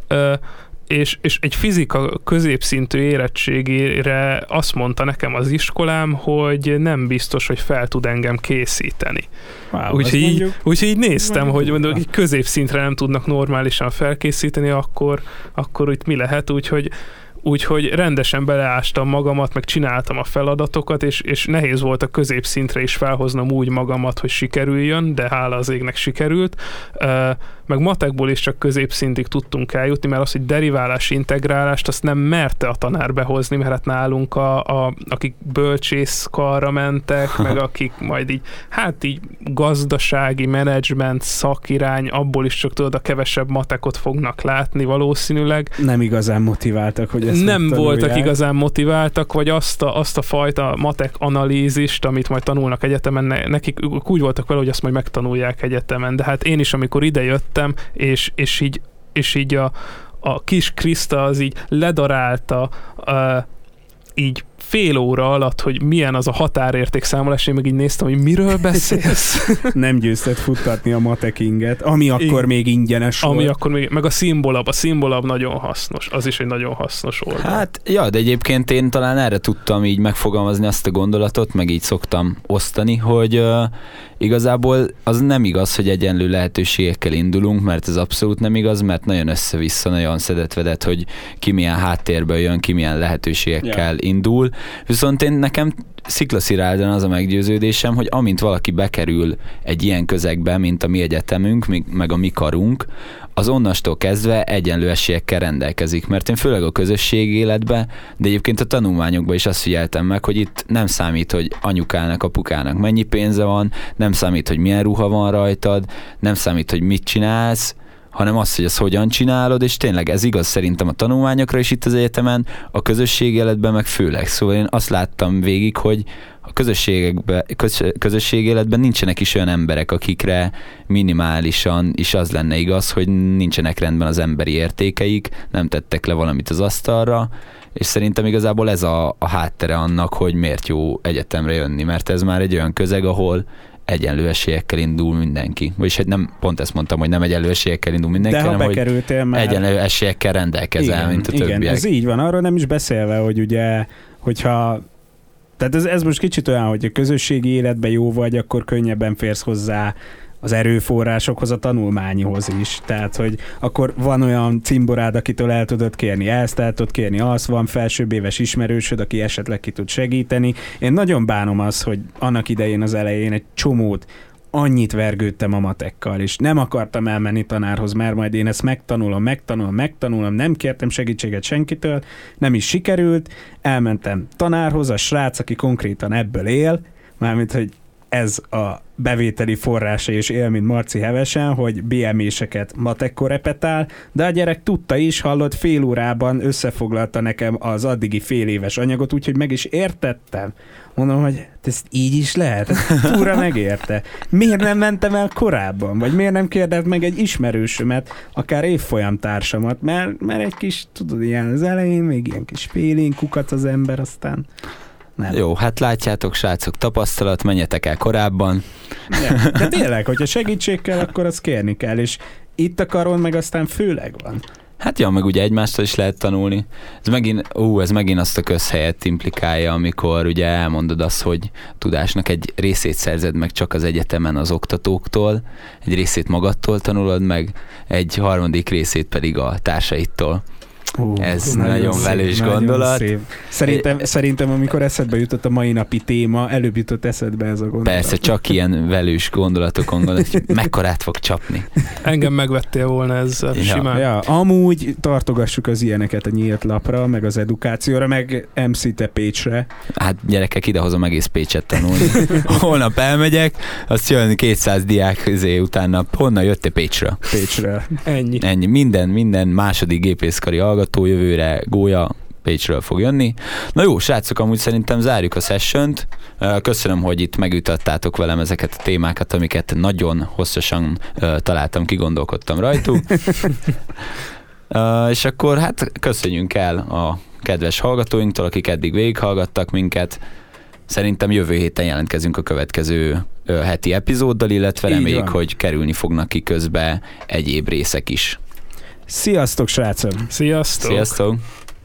És, és egy fizika középszintű érettségére azt mondta nekem az iskolám, hogy nem biztos, hogy fel tud engem készíteni. Wow, úgyhogy, így, úgyhogy így néztem, hogy mondjuk egy középszintre nem tudnak normálisan felkészíteni, akkor, akkor itt mi lehet, úgyhogy Úgyhogy rendesen beleástam magamat, meg csináltam a feladatokat, és, és nehéz volt a középszintre is felhoznom úgy magamat, hogy sikerüljön, de hála az égnek sikerült. Meg matekból is csak középszintig tudtunk eljutni, mert az, hogy deriválási integrálást, azt nem merte a tanár behozni, mert hát nálunk a, a, akik bölcsészkarra mentek, meg akik majd így, hát így gazdasági, menedzsment, szakirány, abból is csak tudod, a kevesebb matekot fognak látni valószínűleg. Nem igazán motiváltak, hogy ezt nem voltak igazán motiváltak, vagy azt a, azt a fajta matek analízist, amit majd tanulnak egyetemen, nekik úgy voltak vele, hogy azt majd megtanulják egyetemen. De hát én is, amikor idejöttem, és, és így, és így a, a kis Kriszta az így ledarálta uh, így fél óra alatt, hogy milyen az a határérték számolás, én meg így néztem, hogy miről beszélsz. Nem győzted futtatni a matekinget, ami akkor Igen. még ingyenes ami volt. Akkor még, meg a szimbolab, a szimbolab nagyon hasznos, az is egy nagyon hasznos oldal. Hát, ja, de egyébként én talán erre tudtam így megfogalmazni azt a gondolatot, meg így szoktam osztani, hogy uh, igazából az nem igaz, hogy egyenlő lehetőségekkel indulunk, mert ez abszolút nem igaz, mert nagyon össze-vissza, nagyon szedett-vedett, hogy ki milyen háttérből jön, ki milyen lehetőségekkel ja. indul. Viszont én nekem sziklasziráldan az a meggyőződésem, hogy amint valaki bekerül egy ilyen közegbe, mint a mi egyetemünk, meg a mi karunk, az onnastól kezdve egyenlő esélyekkel rendelkezik. Mert én főleg a közösségi életben, de egyébként a tanulmányokban is azt figyeltem meg, hogy itt nem számít, hogy anyukának, apukának mennyi pénze van, nem számít, hogy milyen ruha van rajtad, nem számít, hogy mit csinálsz, hanem az, hogy ezt hogyan csinálod, és tényleg ez igaz szerintem a tanulmányokra is itt az egyetemen, a közösségi életben meg főleg. Szóval én azt láttam végig, hogy a közösségekben, köz, közösségi életben nincsenek is olyan emberek, akikre minimálisan is az lenne igaz, hogy nincsenek rendben az emberi értékeik, nem tettek le valamit az asztalra, és szerintem igazából ez a, a háttere annak, hogy miért jó egyetemre jönni, mert ez már egy olyan közeg, ahol egyenlő esélyekkel indul mindenki. Vagyis hát nem, pont ezt mondtam, hogy nem egyenlő esélyekkel indul mindenki, hanem hogy már... egyenlő esélyekkel rendelkezel, igen, mint a igen, többiek. Ez így van, arról nem is beszélve, hogy ugye, hogyha tehát ez, ez most kicsit olyan, hogy a közösségi életben jó vagy, akkor könnyebben férsz hozzá az erőforrásokhoz, a tanulmányihoz is. Tehát, hogy akkor van olyan cimborád, akitől el tudod kérni ezt, el tudod kérni azt, van felsőbb éves ismerősöd, aki esetleg ki tud segíteni. Én nagyon bánom azt, hogy annak idején az elején egy csomót annyit vergődtem a matekkal, és nem akartam elmenni tanárhoz, mert majd én ezt megtanulom, megtanulom, megtanulom, nem kértem segítséget senkitől, nem is sikerült, elmentem tanárhoz, a srác, aki konkrétan ebből él, mármint, hogy ez a bevételi forrása és él, mint Marci hevesen, hogy bé em é-seket matekkor repetál, de a gyerek tudta is, hallott, fél órában összefoglalta nekem az addigi fél éves anyagot, úgyhogy meg is értettem. Mondom, hogy ezt így is lehet? Túra megérte. Miért nem mentem el korábban? Vagy miért nem kérdett meg egy ismerősömet, akár évfolyam társamat? Mert, mert egy kis, tudod, ilyen az elején, még ilyen kis félén kukat az ember, aztán nem. Jó, hát látjátok, srácok, tapasztalat, menjetek el korábban. Ja, de tényleg, hogyha segítség kell, akkor azt kérni kell, és itt a karon meg aztán főleg van. Hát ja, meg ugye egymástól is lehet tanulni. Ez megint, ú, ez megint azt a közhelyet implikálja, amikor ugye elmondod azt, hogy tudásnak egy részét szerzed meg csak az egyetemen az oktatóktól, egy részét magadtól tanulod meg, egy harmadik részét pedig a társaitól. Hú, ez nagyon, nagyon velős gondolat. Szép. Szerintem, szerintem, amikor eszedbe jutott a mai napi téma, előbb jutott eszedbe ez a gondolat. Persze, csak ilyen velős gondolatokon gondolat, hogy mekkorát fog csapni. Engem megvettél volna ezzel ja. simán. Ja, amúgy tartogassuk az ilyeneket a nyílt lapra, meg az edukációra, meg em cé te Pécsre. Hát gyerekek, idehozom egész Pécset tanulni. Holnap elmegyek, azt jön kétszáz diák izé, utána honnan jöttél Pécsre? Pécsre. Ennyi. Ennyi. Minden, minden második gépészkari hallgató jövőre gólya Pécsről fog jönni. Na jó, srácok, amúgy szerintem zárjuk a sessiont. Köszönöm, hogy itt megütöttátok velem ezeket a témákat, amiket nagyon hosszasan uh, találtam, kigondolkodtam rajtuk. uh, és akkor hát köszönjünk el a kedves hallgatóinktól, akik eddig végighallgattak minket. Szerintem jövő héten jelentkezünk a következő uh, heti epizóddal, illetve reméljük, hogy kerülni fognak ki közbe egyéb részek is. Sziasztok, srácok! Sziasztok! Sziasztok!